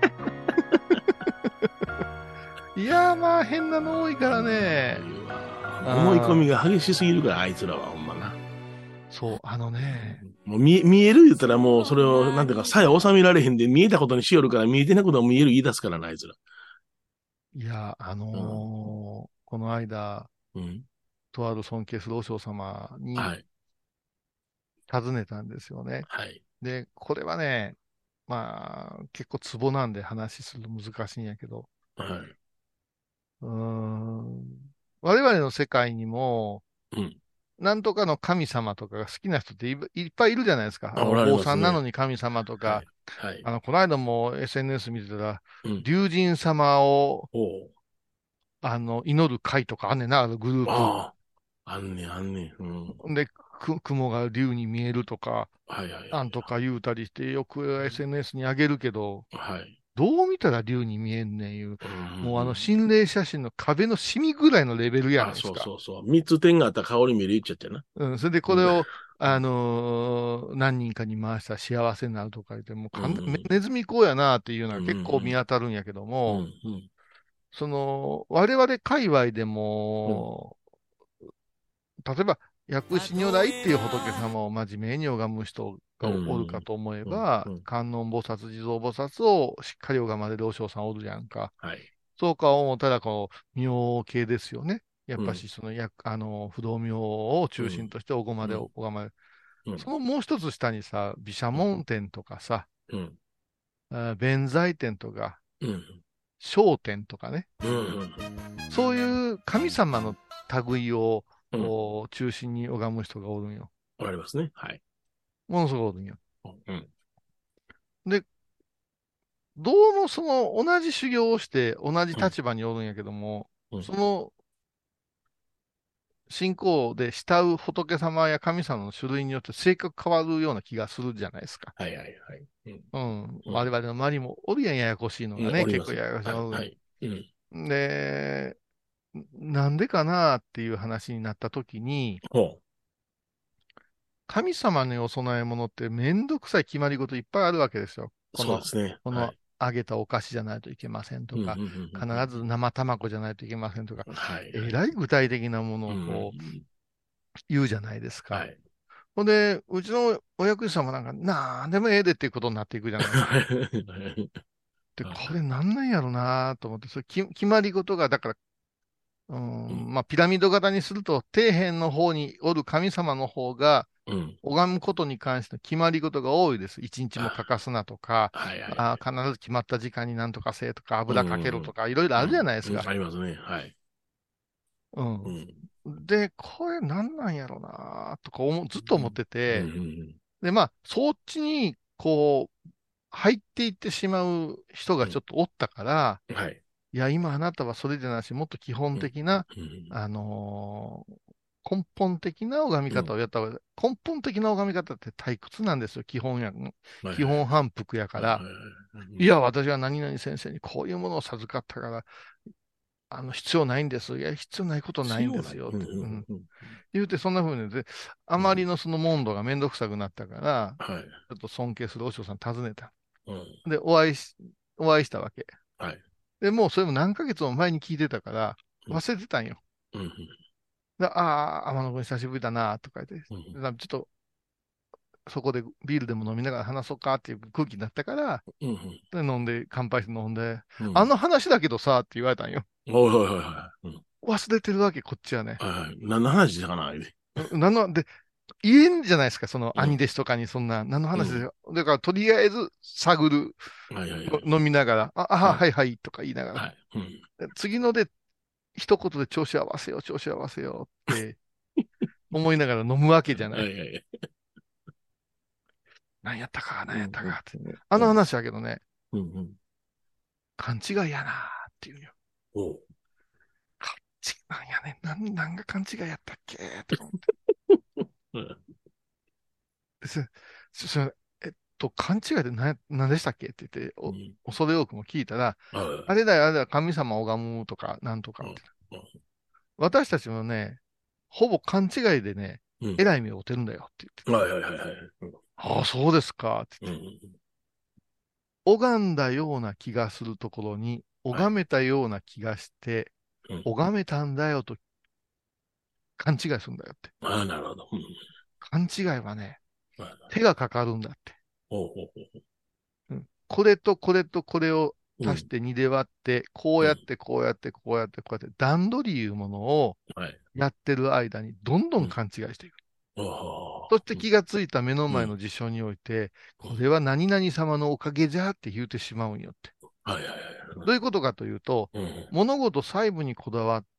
いやーまあ変なの多いからね。 思い込みが激しすぎるから、あいつらはほんまな。 そう、あのね。 もう見見える言ったらもうそれを、なんていうか、さえ収められへんで、見えたことにしよるから、見えてないことも見える言い出すからな、あいつら。 いや、あのーこの間、 うん。 とある尊敬する和尚様にはい。 尋ねたんですよね。 はい。 で、これはね、まあ、結構ツボなんで話するの難しいんやけど、 はい。 うーん、我々の世界にも、 うん。 なんとかの神様とかが好きな人っていいっぱいいるじゃないですか。あの、 あおられますね坊さんなのに神様とか、 はい。はい。 あの、この間も エスエヌエス 見てたら、 うん。 龍神様を、 おう。 あの、祈る会とかあんねんな、あのグルーああ。あんねん、あんねん。うん。 プ。で、く雲が龍に見えるとか、 はいはい。 なんとか言うたりして、よく エスエヌエス に上げるけど、 はい。 どう見たら龍に見えんねんいう、 うんもうあの心霊写真の壁のシミぐらいのレベルやないあ、そうですか。 そうそう。三つ点があったら香り見る言っちゃってな。 うん、それでこれを、あのー何人かに回したら幸せになるとか言って、もうかんうんねネズミ講やなっていうのは結構うん見当たるんやけどうも、 ん。うん。 その、我々界隈でも、例えば、薬師如来っていう仏様を真面目に拝む人がおるかと思えば、 うんうん観音菩薩、地蔵菩薩をしっかり拝まれる和尚さんおるやんか。 はい。 そうか思ったら、この、明系ですよね。やっぱし、その、や、あの、不動明を中心としておごまでうん拝まれる。 うんそのもう一つ下にさ、毘沙門天とかさ、 うん。 あ弁財天とか、 うん。 聖天とかね。 うん。うん。 そういう神様の類を、 うんこう中心に拝む人がおるんよ。 わかりますね。はい。 ものすごくおるんよ。 うん。 どうもその同じ修行をして同じ立場におるんやけども、 うんその信仰で慕う仏様や神様の種類によって性格変わるような気がするじゃないですか。 はいはいはい。うん。 うん。 うん我々の周りもおるやん、ややこしいのがね。 うんおります結構ややこしいのがおるはい。はい。うん。 で、なんでかなっていう話になったときに、 ほ神様にお供え物ってめんどくさい決まり事いっぱいあるわけですよ。 う。 このそうですね。 この揚げたお菓子じゃないといけませんとか、 うんうんうんうん必ず生卵じゃないといけませんとか、 はい。 えらい具体的なものをうんこう言うじゃないですか。 はい。 ほんで、うちのお役所様なんか、なんでもええでっていうことになっていくじゃないですか。で、これなんなんやろなと思って、それき決まり事が、だから、うんうんまあ、ピラミッド型にすると、底辺の方におる神様の方が、 うん。 拝むことに関しての決まり事が多いです。一日も欠かすなとか、 はいはい。 あー必ず決まった時間になんとかせえとか、油かけろとか、いろいろあるじゃないですか。 うんありますね。はい。 うんうん。 で、これなんなんやろなとか思うずっと思ってて、 うんうんで、まあ、そっちに、こう、入っていってしまう人がちょっとおったから、 うんはい。 いや、今あなたはそれじゃなし、もっと基本的な、 うんあのー根本的な拝み方をやった方が、根本的な拝み方って退屈なんですよ、基本や、基本反復やから。いや、私は何々先生にこういうものを授かったから、あの、必要ないんです。いや、必要ないことないんですよ。ってうん、言うて、そんな風に、あまりのその問答がめんどくさくなったから、はい、ちょっと尊敬する和尚さん訪ねた。うん、で、お会いし、お会いしたわけ。はい、で、もうそれも何ヶ月も前に聞いてたから、忘れてたんよ。うんうん、でああ、天野君久しぶりだな、とか言って、うん、ちょっと、そこでビールでも飲みながら話そうかっていう空気になったから、うんうん、で飲んで、乾杯して飲んで、うん、あの話だけどさ、って言われたんよ。おいおいおいおい、うん、忘れてるわけ、こっちはね。はいはい、何の話だかな、何の、で、言えんじゃないですか、その兄弟子とかにそんな、うん、何の話で、うん、だからとりあえず探る、はいはいはい、飲みながら、あ、あ、はい、はいはいとか言いながら、はいうん、次ので、一言で調子合わせよう、調子合わせようって思いながら飲むわけじゃない。はいはい、何やったか、何やったかって。うん、あの話だけどね、うんうん、勘違いやなーっていうよ。おう勘違いなんやねん。何、何が勘違いやったっけとか思って。そそえっと、勘違いで何、何でしたっけって言って、お、うん、恐れ多くも聞いたら、うん、あれだよ、あれだよ、神様を拝むとか、なんとかって、うんうん。私たちもね、ほぼ勘違いでね、うん、偉い目を負てるんだよって言って。はいはいはいはい。うん、ああ、そうですか、って言って。うん拝んだような気がするところに、拝めたような気がして、はい、拝めたんだよと勘違いするんだよって。ああ、なるほど。うん、勘違いはね、手がかかるんだって。ほうほうほううん、これとこれとこれを足してにで割って、うん、こうやってこうやってこうやってこうやって段取りいうものをやってる間にどんどん勘違いしていく。うん、そして気がついた目の前の事象において、うん、これは何々様のおかげじゃって言うてしまうんよって。はいはいはい、どういうことかというと、うん、物事細部にこだわって、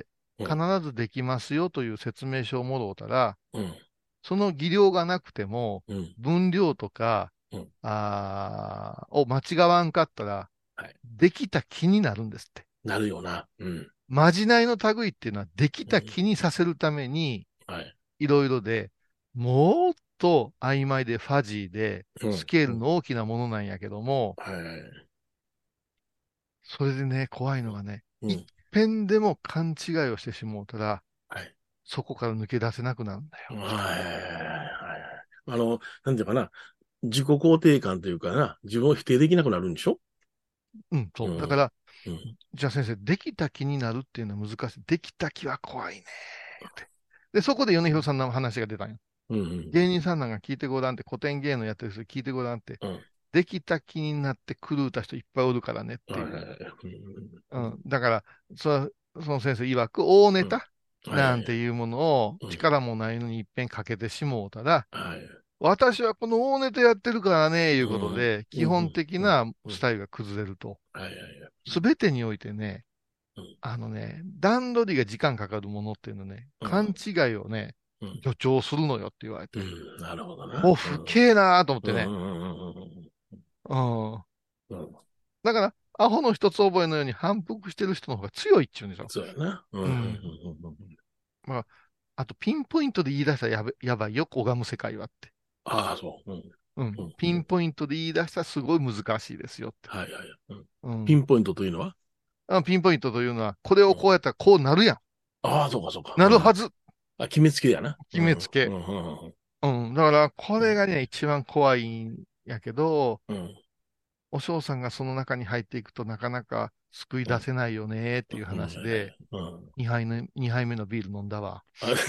必ずできますよという説明書をもろうたら、うん、その技量がなくても、うん、分量とか、うん、あを間違わんかったら、はい、できた気になるんですって。なるよな。うん、まじないの類っていうのは、できた気にさせるために、うんはい、いろいろで、もっと曖昧でファジーで、スケールの大きなものなんやけども、うんうんはい、それでね、怖いのがね、うん、一遍でも勘違いをしてしもうたら、はい、そこから抜け出せなくなるんだよ。はいはいはいはいあの、なんていうかな、自己肯定感というかな、自分を否定できなくなるんでしょうん、そう。うん、だから、うん、じゃあ先生、できた気になるっていうのは難しい。できた気は怖いねって。で、そこで米広さんの話が出たんよ。うんうん、芸人さんなんか聞いてごらんって、古典芸能やってる人聞いてごらんって、うん、できた気になって狂うた人いっぱいおるからねっていう。うん、だからそ、その先生曰く、大ネタなんていうものを力もないのに一遍かけてしもうたら、はい、私はこの大ネタやってるからね、いうことで、うん、基本的なスタイルが崩れると。すべてにおいてね、あのね、段取りが時間かかるものっていうのね、勘違いをね、助長するのよって言われて。うん、なるほどね。お、ふけえなーと思ってね。うん。だから、アホの一つ覚えのように反復してる人の方が強いっちゅうんですよ。そうやな。うん。まあ、あと、ピンポイントで言い出したらやばやばいよ、拝む世界はって。ああ、そう。うん。うん。ピンポイントで言い出したらすごい難しいですよって。はいはい。うん。ピンポイントというのはあピンポイントというのは、これをこうやったらこうなるやん。ああ、そうかそうか。なるはず。あ、決めつけやな。決めつけ。うん。うん。だから、これがね、一番怖いんやけど、うん。お嬢さんがその中に入っていくとなかなか救い出せないよねっていう話で、にはいの、にはいめのビール飲んだわ。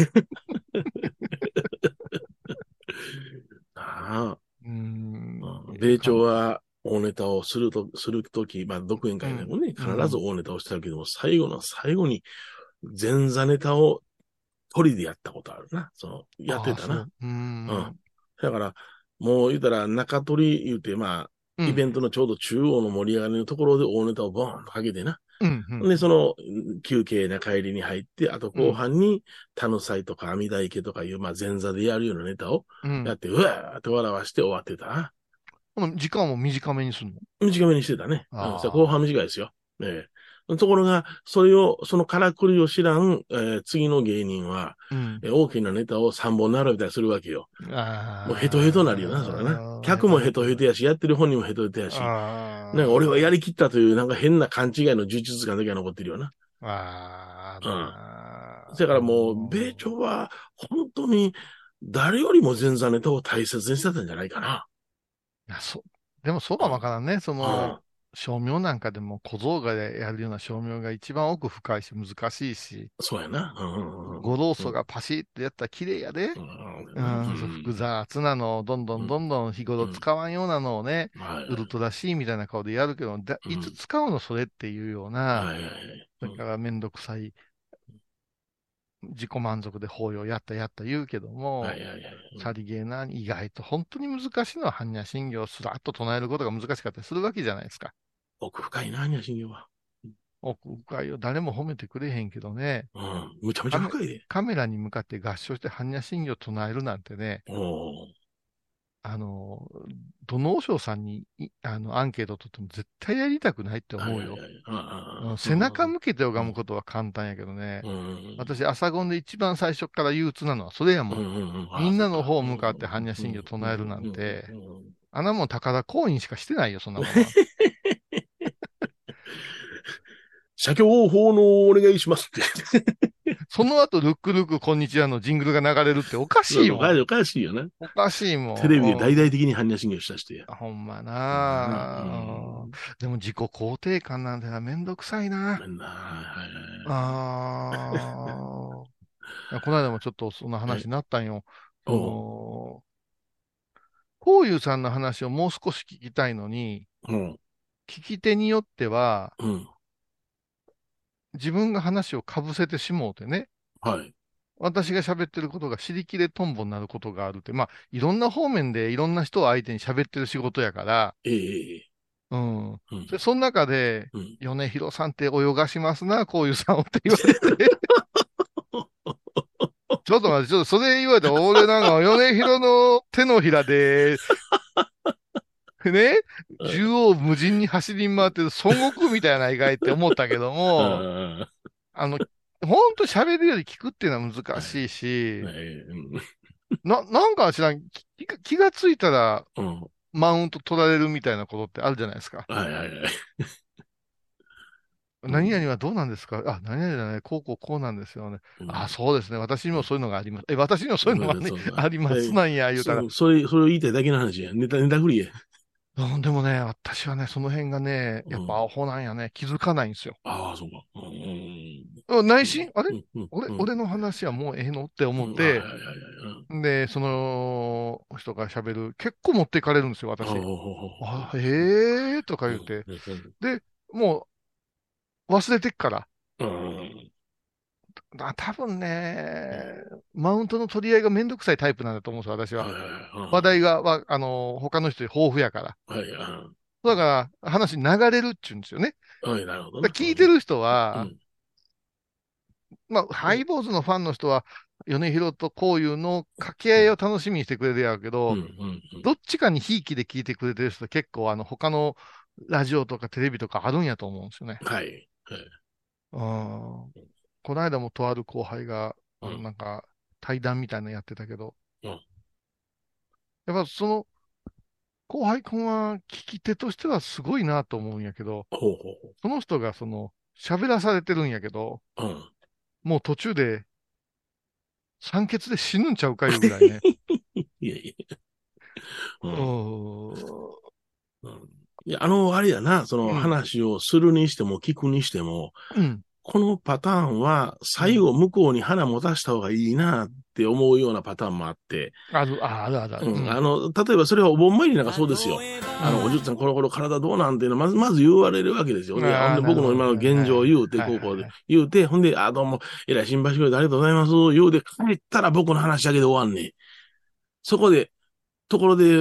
ああ。うん。米朝は大ネタをすると、するとき、まあ、独演会でもね、必ず大ネタをしたけども、最後の最後に前座ネタを鳥でやったことあるな。その、やってたな。うん。だから、もう言うたら中鳥言うて、まあ、イベントのちょうど中央の盛り上がりのところで大ネタをボーンとかけてな。うんうん、で、その休憩な帰りに入って、あと後半に、タヌサイとか阿弥陀池とかいう、まあ前座でやるようなネタをやって、うん、うわーって笑わして終わってたな。時間も短めにするの短めにしてたね。うん、後半短いですよ。ねところが、それを、そのからくりを知らん、えー次の芸人は、 うん。 えー大きなネタをさんぼん並べたりするわけよ。 ああ。 もうヘトヘトなるよな、それな。客もヘトヘトやし、やってる本人もヘトヘトやし。 ああ。 なんか俺はやりきったという、なんか変な勘違いの呪術感だけは残ってるよな。 あうんあ。 だからもう、米朝は、本当に、誰よりも前座ネタを大切にしてたんじゃないかな。 いや、そ、でもそうかもわからんね。その、照明なんかでも小僧がやるような照明が一番奥深いし難しいし、 そうやな。うんうんうん五老祖がパシッとやったら綺麗やで。 うんうん、そう複雑なのをどんどんどんどん日頃使わんようなのをね、 はいウルトラシーみたいな顔でやるけど、だうんいつ使うのそれっていうようはな、 いはいはいだからめんどくさい、自己満足で法要やったやった言うけども、 はいはいはい。 さりげな意外と本当に難しいのは般若心経をすらっと唱えることが難しかったりするわけじゃないですか。 奥深いな、ニャシンゲは。 奥深いよ。誰も褒めてくれへんけどね、 うん。むちゃむちゃ深いで。 カメラに向かって合唱して般若心経を唱えるなんてね、 おあの、どの和尚さんにいあのアンケート取っても絶対やりたくないって思うよ。うん背中向けて拝むことは簡単やけどね、私、朝ゴンで一番最初から憂鬱なのはそれやもん。みんなの方向かって般若心経を唱えるなんて、あんなもん高田公院しかしてないよ、そんなもんは。 写経法のお願いしますって。 その後、ルックルックこんにちはのジングルが流れるっておかしいもん。 おかしいよな。 おかしいもん。 テレビで大々的に般若心経をしたしてや。 ほんまなあ、 うんうんでも自己肯定感なんてのはめんどくさいな。 めんなはいはいはい。 ああ。この間もちょっとそんな話になったんよ。そおうの、こういうさんの話をもう少し聞きたいのに、 うん。 聞き手によっては、 うん。 自分が話をかぶせてしもうてね、 はい。 私が喋ってることが尻切れトンボになることがあるって、まあ、いろんな方面でいろんな人を相手に喋ってる仕事やから、 ええええ。 うん。 うん。 で、その中で、 うん。 米広さんって泳がしますな、こういうさんをって言われて。ちょっと待って、ちょっとそれ言われたら、俺なんか、米広の手のひらで、ね、縦横無尽に走り回ってる孫悟空みたいな意外って思ったけども、 ああの、ほんと喋るより聞くっていうのは難しいし、 あ。ええな、なんか知らん、気が気がついたらうん。うん。 マウント取られるみたいなことってあるじゃないですか。 はいはいはい。ん何々はどうなんですかあ、何々じゃない、こうこうこうなんですよね。 うんあ、そうですね。私にもそういうのがあります。え、私にもそういうのが、ねそうそうありますなんや、言うたらそ。それ、それを言いたいだけの話や。ネタ、ネタフリや。 うん、でもね、私はね、その辺がね、やっぱアホなんやね。気づかないんですよ。 ああ、そうか。うん。 うん内心あれうんうん俺、 うん俺の話はもうええのって思っはいて、 はいはいはいで、その人が喋る、結構持っていかれるんですよ、私。 うんあ、へえーとか言って。で、もう忘れてっから。 うんあ多分ね、マウントの取り合いがめんどくさいタイプなんだと思うんですよ、私は。 はいはいはい話題が、わあの、他の人より豊富やから。 はいはいだから、話流れるっちゅうんですよね。 はいなるほどね。 だから聞いてる人うは、 んまあ、ハイボーズのファンの人は、米広とこういうの掛け合いを楽しみにしてくれるやろうけど、 うんうんうんどっちかにひいきで聞いてくれてる人は結構、あの、他のラジオとかテレビとかあるんやと思うんですよね。 はい。はいうん。この間もとある後輩が、 うんなんか、対談みたいなのやってたけど、 うんやっぱその、後輩君は聞き手としてはすごいなと思うんやけど、 ほうほその人がその、喋らされてるんやけど、 うほう。うん。 もう途中で、酸欠で死ぬんちゃうかいうぐらいね。 いやいや。ううんん。 うんいや、あの、あれやな、そのうん話をするにしても聞くにしても、 うん。 このパターンは最後向こうに花持たした方がいいなって思うようなパターンもあって、 ある、ああるあるある。 うん、あの、例えばそれはお盆参りなんかそうですよ。あの、おじゅっさんこの頃体どうなんていうのまず、まず言われるわけですよ。で、 あーほんで僕の今の現状を言うて、 なるほどこうこうではいはいはい言うて、ほんで、あ、どうも、えらい心配してくれてありがとうございます。言うて帰ったら僕の話だけで終わんねん。そこで、ところで、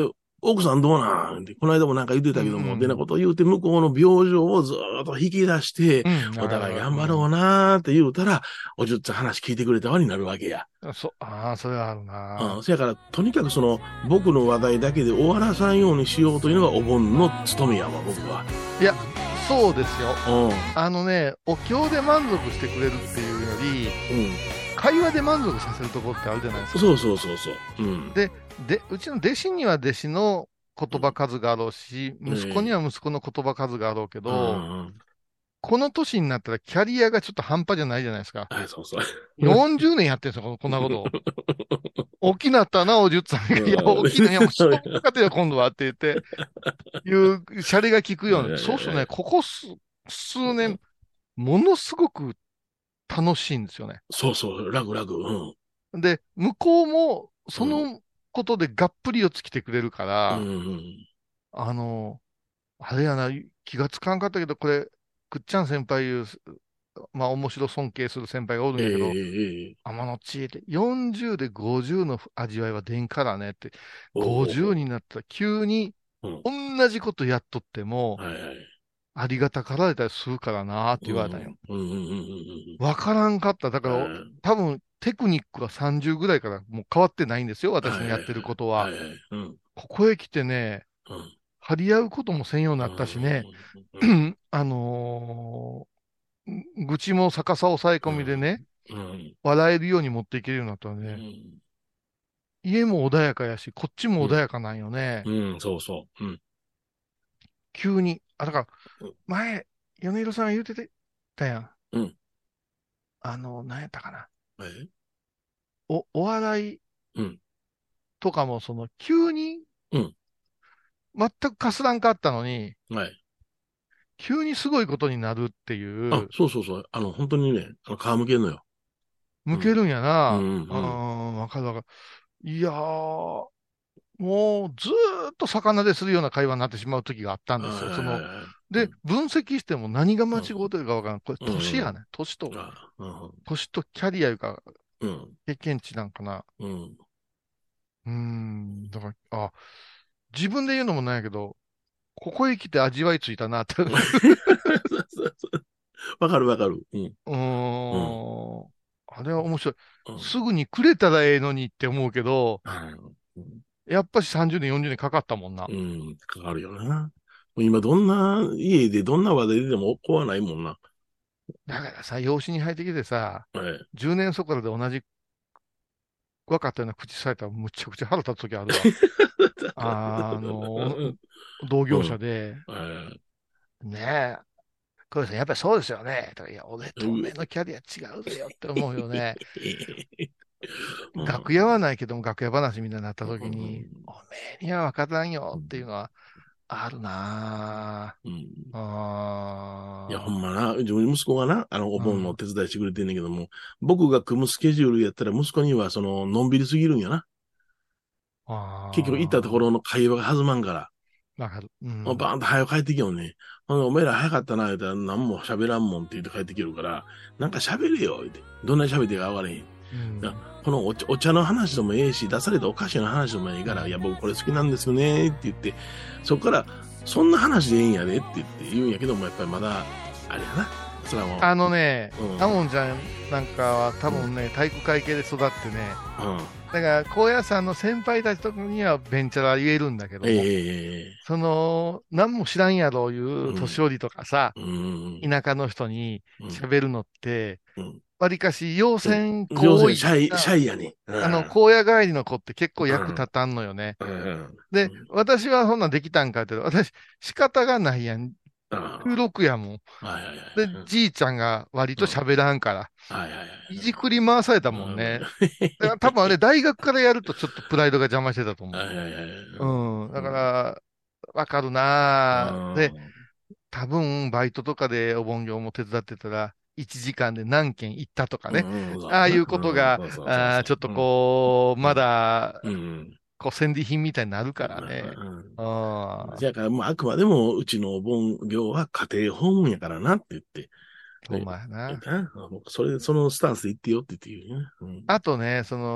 奥さんどうなんって、この間もなんか言ってたけども、 うんうんでなことを言うて、向こうの病状をずーっと引き出して、 うんお互い頑張ろうなーって言うたら、おじゅっちゃん話聞いてくれたわになるわけや。 そ、ああ、それはあるな。 うん。そやから、とにかくその、僕の話題だけで終わらさんようにしようというのがお盆の務めやわ、僕は。 いや、そうですよ。 うん。 あのね、お経で満足してくれるっていうより、 うん。 会話で満足させるところってあるじゃないですか。 そうそうそうそう。うん。 で、で、うちの弟子には弟子の言葉数があろうし、 うん息子には息子の言葉数があろうけど、 うんこの年になったらキャリアがちょっと半端じゃないじゃないですか。 はい、そうそう。 よんじゅうねんやってるんですよ、こんなことを。大きなったな、おじゅっさんが。いや、大きいの、いや、もう人のかてよ、今度はって言って、いう、シャレが効くような。そうするとね、ここ数数年、ものすごく楽しいんですよね。 そうそう、楽楽。うん。 で、向こうも、そのことでがっぷりをつきてくれるから、 うんうんあの、あれやな、気がつかんかったけど、これ、くっちゃん先輩いう、まあ面白尊敬する先輩がおるんえやけど、 ええ天の知恵ってよんじゅうでごじゅうの味わいは出んからねって、 おーごじゅうになったら急にうん同じことやっとっても、 はいはい。 ありがたかられたりするからなーって言われたんよ。 うんうんうんうんうん。 わからんかった。だから、 うん多分テクニックがさんじゅうぐらいからもう変わってないんですよ、私のやってることは。 はいはい。うんここへ来てね、 うん。 張り合うこともせんようになったしね、 うんうんあのー愚痴も逆さ抑え込みでね、 うん笑えるように持っていけるようになったらうね、 ん家も穏やかやし、こっちも穏やかなんよね。 うん、そうそう。うん。 急に。あ、だからうん、 前、米広さんが言うてたやん。 うんあの、何やったかな。 えお、お笑いうんとかも、その、急に、 うん全くかすらんかったのに、 はい。 急にすごいことになるっていあう、、 そうそうそう。あの、本当にね、あの、皮むけるのよ。 向けるんやな。 うんうんうんうーん、わかるわかる。いやー、もうずーっと魚でするような会話になってしまう時があったんですよ。その、で、分析しても何が間違ってるかわからん。これ、年やね。年と、 あうん年とキャリアいうか、 うん経験値なんかな。 うん。 うーん、だから、あ、自分で言うのもないけど、ここへ来て味わいついたなって。うそうそうそうわかるわかる。うん。 ーん。あれは面白い。 うんすぐにくれたらええのにって思うけど、 うんやっぱしさんじゅうねん、よんじゅうねんかかったもんな。 うん、かかるよな。今どんな家でどんな話題でも怖ないもんな。 だからさ、養子に入ってきてさ、 はい。 じゅうねんそこらで同じ分かったような口されたらむちゃくちゃ腹立つ時あるわ。あの、同業者で、 はいねえ、小林さん、やっぱりそうですよね。とかいや、俺とおめえのキャリア違うぜよって思うよね。 うん楽屋はないけども、楽屋話みたいになった時に、 うんおめえには分からんよっていうのはあるなうんぁ。あいや、ほーんまな、自分の息子がな、あの、お盆の手伝いしてくれてんねんけども、僕が組むスケジュールやったら息子には、その、のんびりすぎるんやな。 あー。 結局行ったところの会話が弾まんから、 わかる。うんもうバーンと早く帰ってきようね。ほんでお前ら早かったな、言うたら何も喋らんもんって言って帰ってきるから、なんか喋れよ、言って。どんなに喋っていいか分からへん。 うんいやこのお茶お茶の話でもええし、出されたお菓子の話でもええから、いや、僕これ好きなんですよね、って言って、そこから、そんな話でええんやでって言って言うんやけども、やっぱりまだ、あれやな。それはもう、 あのねう、んアモンちゃんなんかは多分ね、体育会系で育ってね、 うん。 だから、高野山の先輩たちとかにはベンチャラ言えるんだけども、 ええええその、何も知らんやろういう年寄りとかさ、 うん。 田舎の人にうん喋るのってうん、 わりかし、要線上行為手シャイ、シャイやね。 あの、荒野帰りの子って結構役立たんのよね。 うん。 で、私はそんなんできたんかって言うと、私、仕方がないやん。 あ収録やもん。 はいはいはい。 で、じいちゃんが割と喋らんから、 はいはいはい。 いじくり回されたもんね。だから多分あれ、大学からやるとちょっとプライドが邪魔してたと思。 はいうはいはい。 うん。だから、わかるなぁ。で、多分、バイトとかでお盆業も手伝ってたら、いちじかんで何件行ったとかね。ああいうことが、あーちょっとこう、まだ、 うん、うん。 こう、戦利品みたいになるからね。 うんああ、 だから、もうあくまでも、うちのお盆業は家庭訪問やからなって言って。 ほんまやな。 なそれ、そのスタンスで言ってよって言って言うね。うんあとね、その、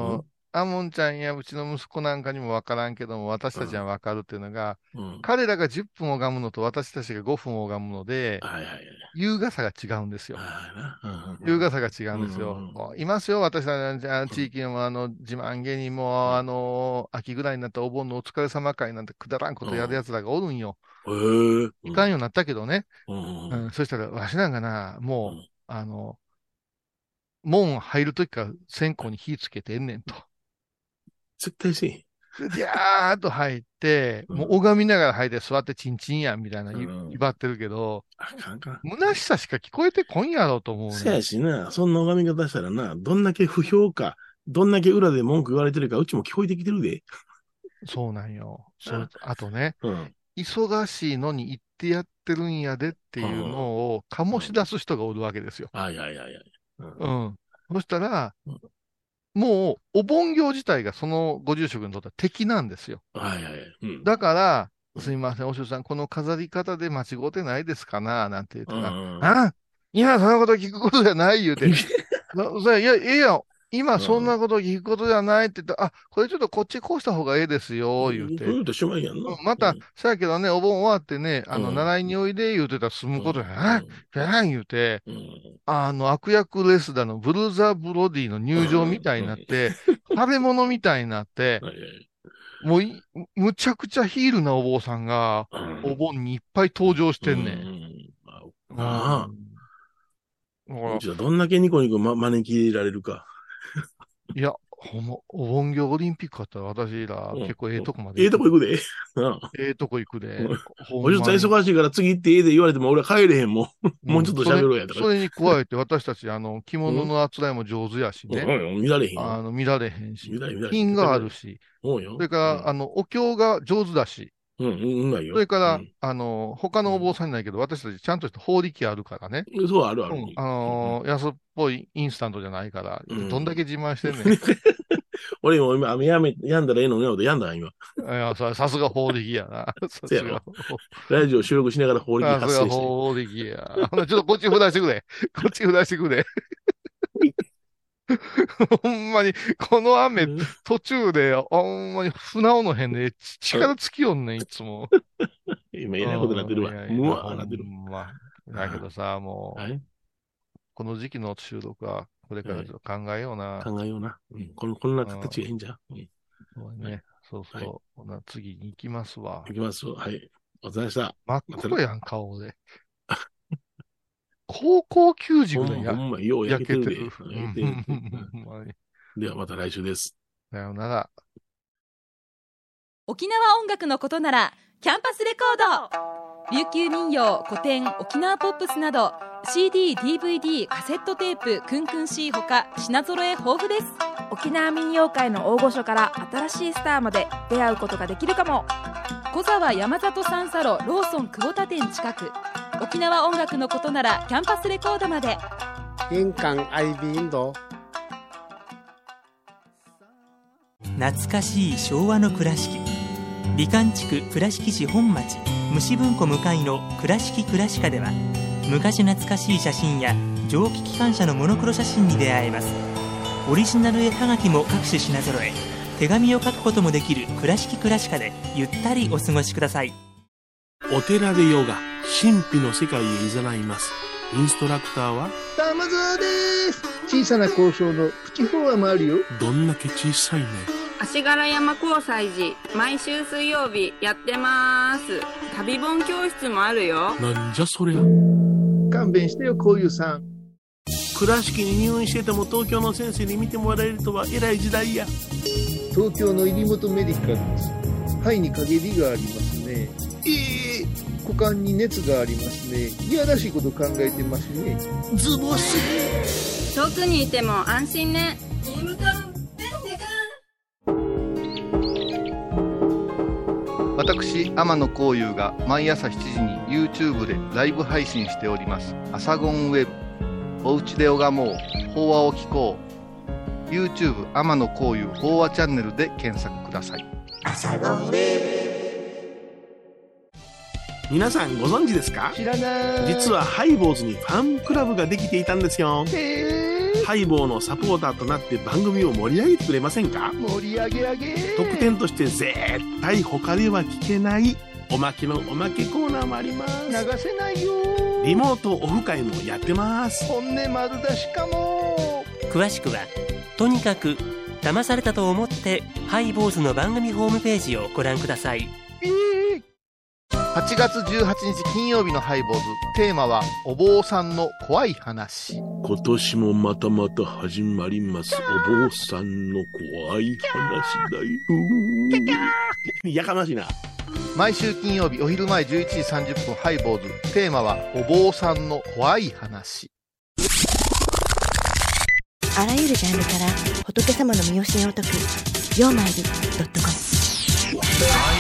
アモンちゃんやうちの息子なんかにもわからんけども、私たちはわかるっていうのが、 うん。 彼らがじゅっぷん拝むのと私たちがごふん拝むので、 はいはいはい。 優雅さが違うんですよ。 はいな。うんうん優雅さが違うんですよ。 うんうんこういますよ、私たちの地域のあの自慢芸人も、あの、秋ぐらいになったお盆のお疲れ様会なんてくだらんことやる奴らがおるんよ。 へえ。 いかんようになったけどね。 うんうんううんん、そしたら、わしなんかな、もう、 うんあの、門入るときから線香に火つけてんねんと。 絶対せえへん。 で、ーっと入って、 うんもう拝みながら入って座ってチンチンやんみたいな、いうん威張ってるけど、 あかんあかん。 虚しさしか聞こえてこんやろうと思うね。 せやしな、そんな拝み方したらな、どんだけ不評か、どんだけ裏で文句言われてるか、うちも聞こえてきてるで。 そうなんよ。そう、あとね、 うん。 忙しいのに行ってやってるんやでっていうのを醸し出す人がおるわけですよ。 はいはいはいはい。うんうん。そしたらうん、 もう、お盆行自体がそのご住職にとっては敵なんですよ。 はいはいはい。うん。 だから、すみません、お師匠さん、この飾り方で間違ってないですかななんて言ったら、 うんあ今そんなこと聞くことじゃない言うて、そそれいや、いやいや、今そんなこと聞くことじゃないって言ったら、あ、これちょっとこっちこうした方がええですよ、言うて。 そういうとしまいやんな。 うんまた、そやけどね、お盆終わってね、あの、 うん習いにおいで言うてたら済むことじゃない、じゃない言うて、 うん。うんあの、悪役レスラーのブルーザー・ブロディの入場みたいになって、食べ物みたいになって、 はいはいもうい、むちゃくちゃヒールなお坊さんが、 うんお盆にいっぱい登場してんね。 うんんうんまあ、 だからうちはどんだけニコニコ、ま、招き入れられるか。 いや、ほんま、お盆行オリンピックあったら私らうん結構ええとこまでええとこ行くで。なあええとこ行くでうん。 ほんまにおじさん忙しいから次行ってええで言われても俺は帰れへんもん。もうちょっと喋ろうやとか。 それそれに加えて私たち、あの、着物のあつらいも上手やしね。 うん、見られへんよ。 あの、見られへんし見られへん見られへん品があるし。 そうよ。 それから、あの、お経が上手だし。 うん、うん、うまいよ。 それから、 うんあの、他のお坊さんいないけど、私たちちゃんとした法力あるからね。 そう、あるある。 うん、あのー安っぽいインスタントじゃないから、 うんどんだけ自慢してんねん。い俺も今、雨やめ、やんだらええのねとやんだん今。 や、ささすが法力やな。さすがせやろ。ラジオ収録しながら法律さすが発生して。 法力や。ほなちょっとこっち振らしてくれ。こっち振らしてくれ。ほんまに、この雨、 うん途中で、ほんまに船尾の辺で力尽きよんねん、いつも。 今、えらいことになってるわいや。いやむわーなってるほ。んま。だけどさ、もう、 はい。 この時期の収録は、これからちょっと考えような。 考えような。うん。この、こんな形がいいんじゃん。うん。 そうね。そうそう。ほな次に行きますわい。きます。はい。お疲れ様でした。 真っ黒やん、顔で。高校球児ほぐらいやんほんま、よう焼けてるで。 焼けてる焼けてるでほんまにではまた来週です。 さよなら。 沖縄音楽のことならキャンパスレコード、琉球民謡、古典、沖縄ポップスなど シーディー、ディーブイディー、カセットテープ、クンクン C ほか品揃え豊富です。 沖縄民謡界の大御所から新しいスターまで出会うことができるかも。 小沢山里三佐路ローソン久保田店近く。沖縄音楽のことならキャンパスレコードまで。 印港 アイビー インド。 懐かしい昭和の倉敷、美観地区倉敷市本町虫文庫向かいの倉敷倉歯科では、昔懐かしい写真や蒸気機関車のモノクロ写真に出会えます。オリジナル絵はがきも各種品揃え、手紙を書くこともできる倉敷倉歯科でゆったりお過ごしください。 お寺でヨガ、神秘の世界へ誘います。インストラクターは玉沢です。小さな交渉のプチフォアもあるよ。 どんだけ小さいね。 足柄山交際時毎週水曜日やってます。旅本教室もあるよ。 なんじゃそりゃ。 勘弁してよ、こういうさん。 倉敷に入院してても東京の先生に見てもらえるとは偉い時代や。 東京の入本メディカルです。肺に陰りがありますね。 ええ股間に熱がありますね。いやらしいこと考えてますね。 ズボス。 遠くにいても安心ね。 私、天野幸雄が毎朝しちじに YouTube でライブ配信しております。アサゴンウェブ。おうちで拝もう。法話を聞こう。YouTube 天野幸雄法話チャンネルで検索ください。 皆さんご存知ですか？ 知らない。 実はハイボーズにファンクラブができていたんですよ。 へー。 ハイボーのサポーターとなって番組を盛り上げてくれませんか？ 盛り上げ上げ。 特典として絶対他では聞けないおまけのおまけコーナーもあります。 流せないよ。 リモートオフ会もやってます。 本音丸出しかも。 詳しくはとにかく騙されたと思ってハイボーズの番組ホームページをご覧ください。 えー、はちがつじゅうはちにち金曜日のハイボーズ、テーマはお坊さんの怖い話。 今年もまたまた始まりますお坊さんの怖い話だよ。やかましいな。 毎週金曜日お昼前じゅういちじさんじゅっぷんハイボーズ、テーマはお坊さんの怖い話。 あらゆるジャンルから仏様の身教えを解く曜マイルドットコム。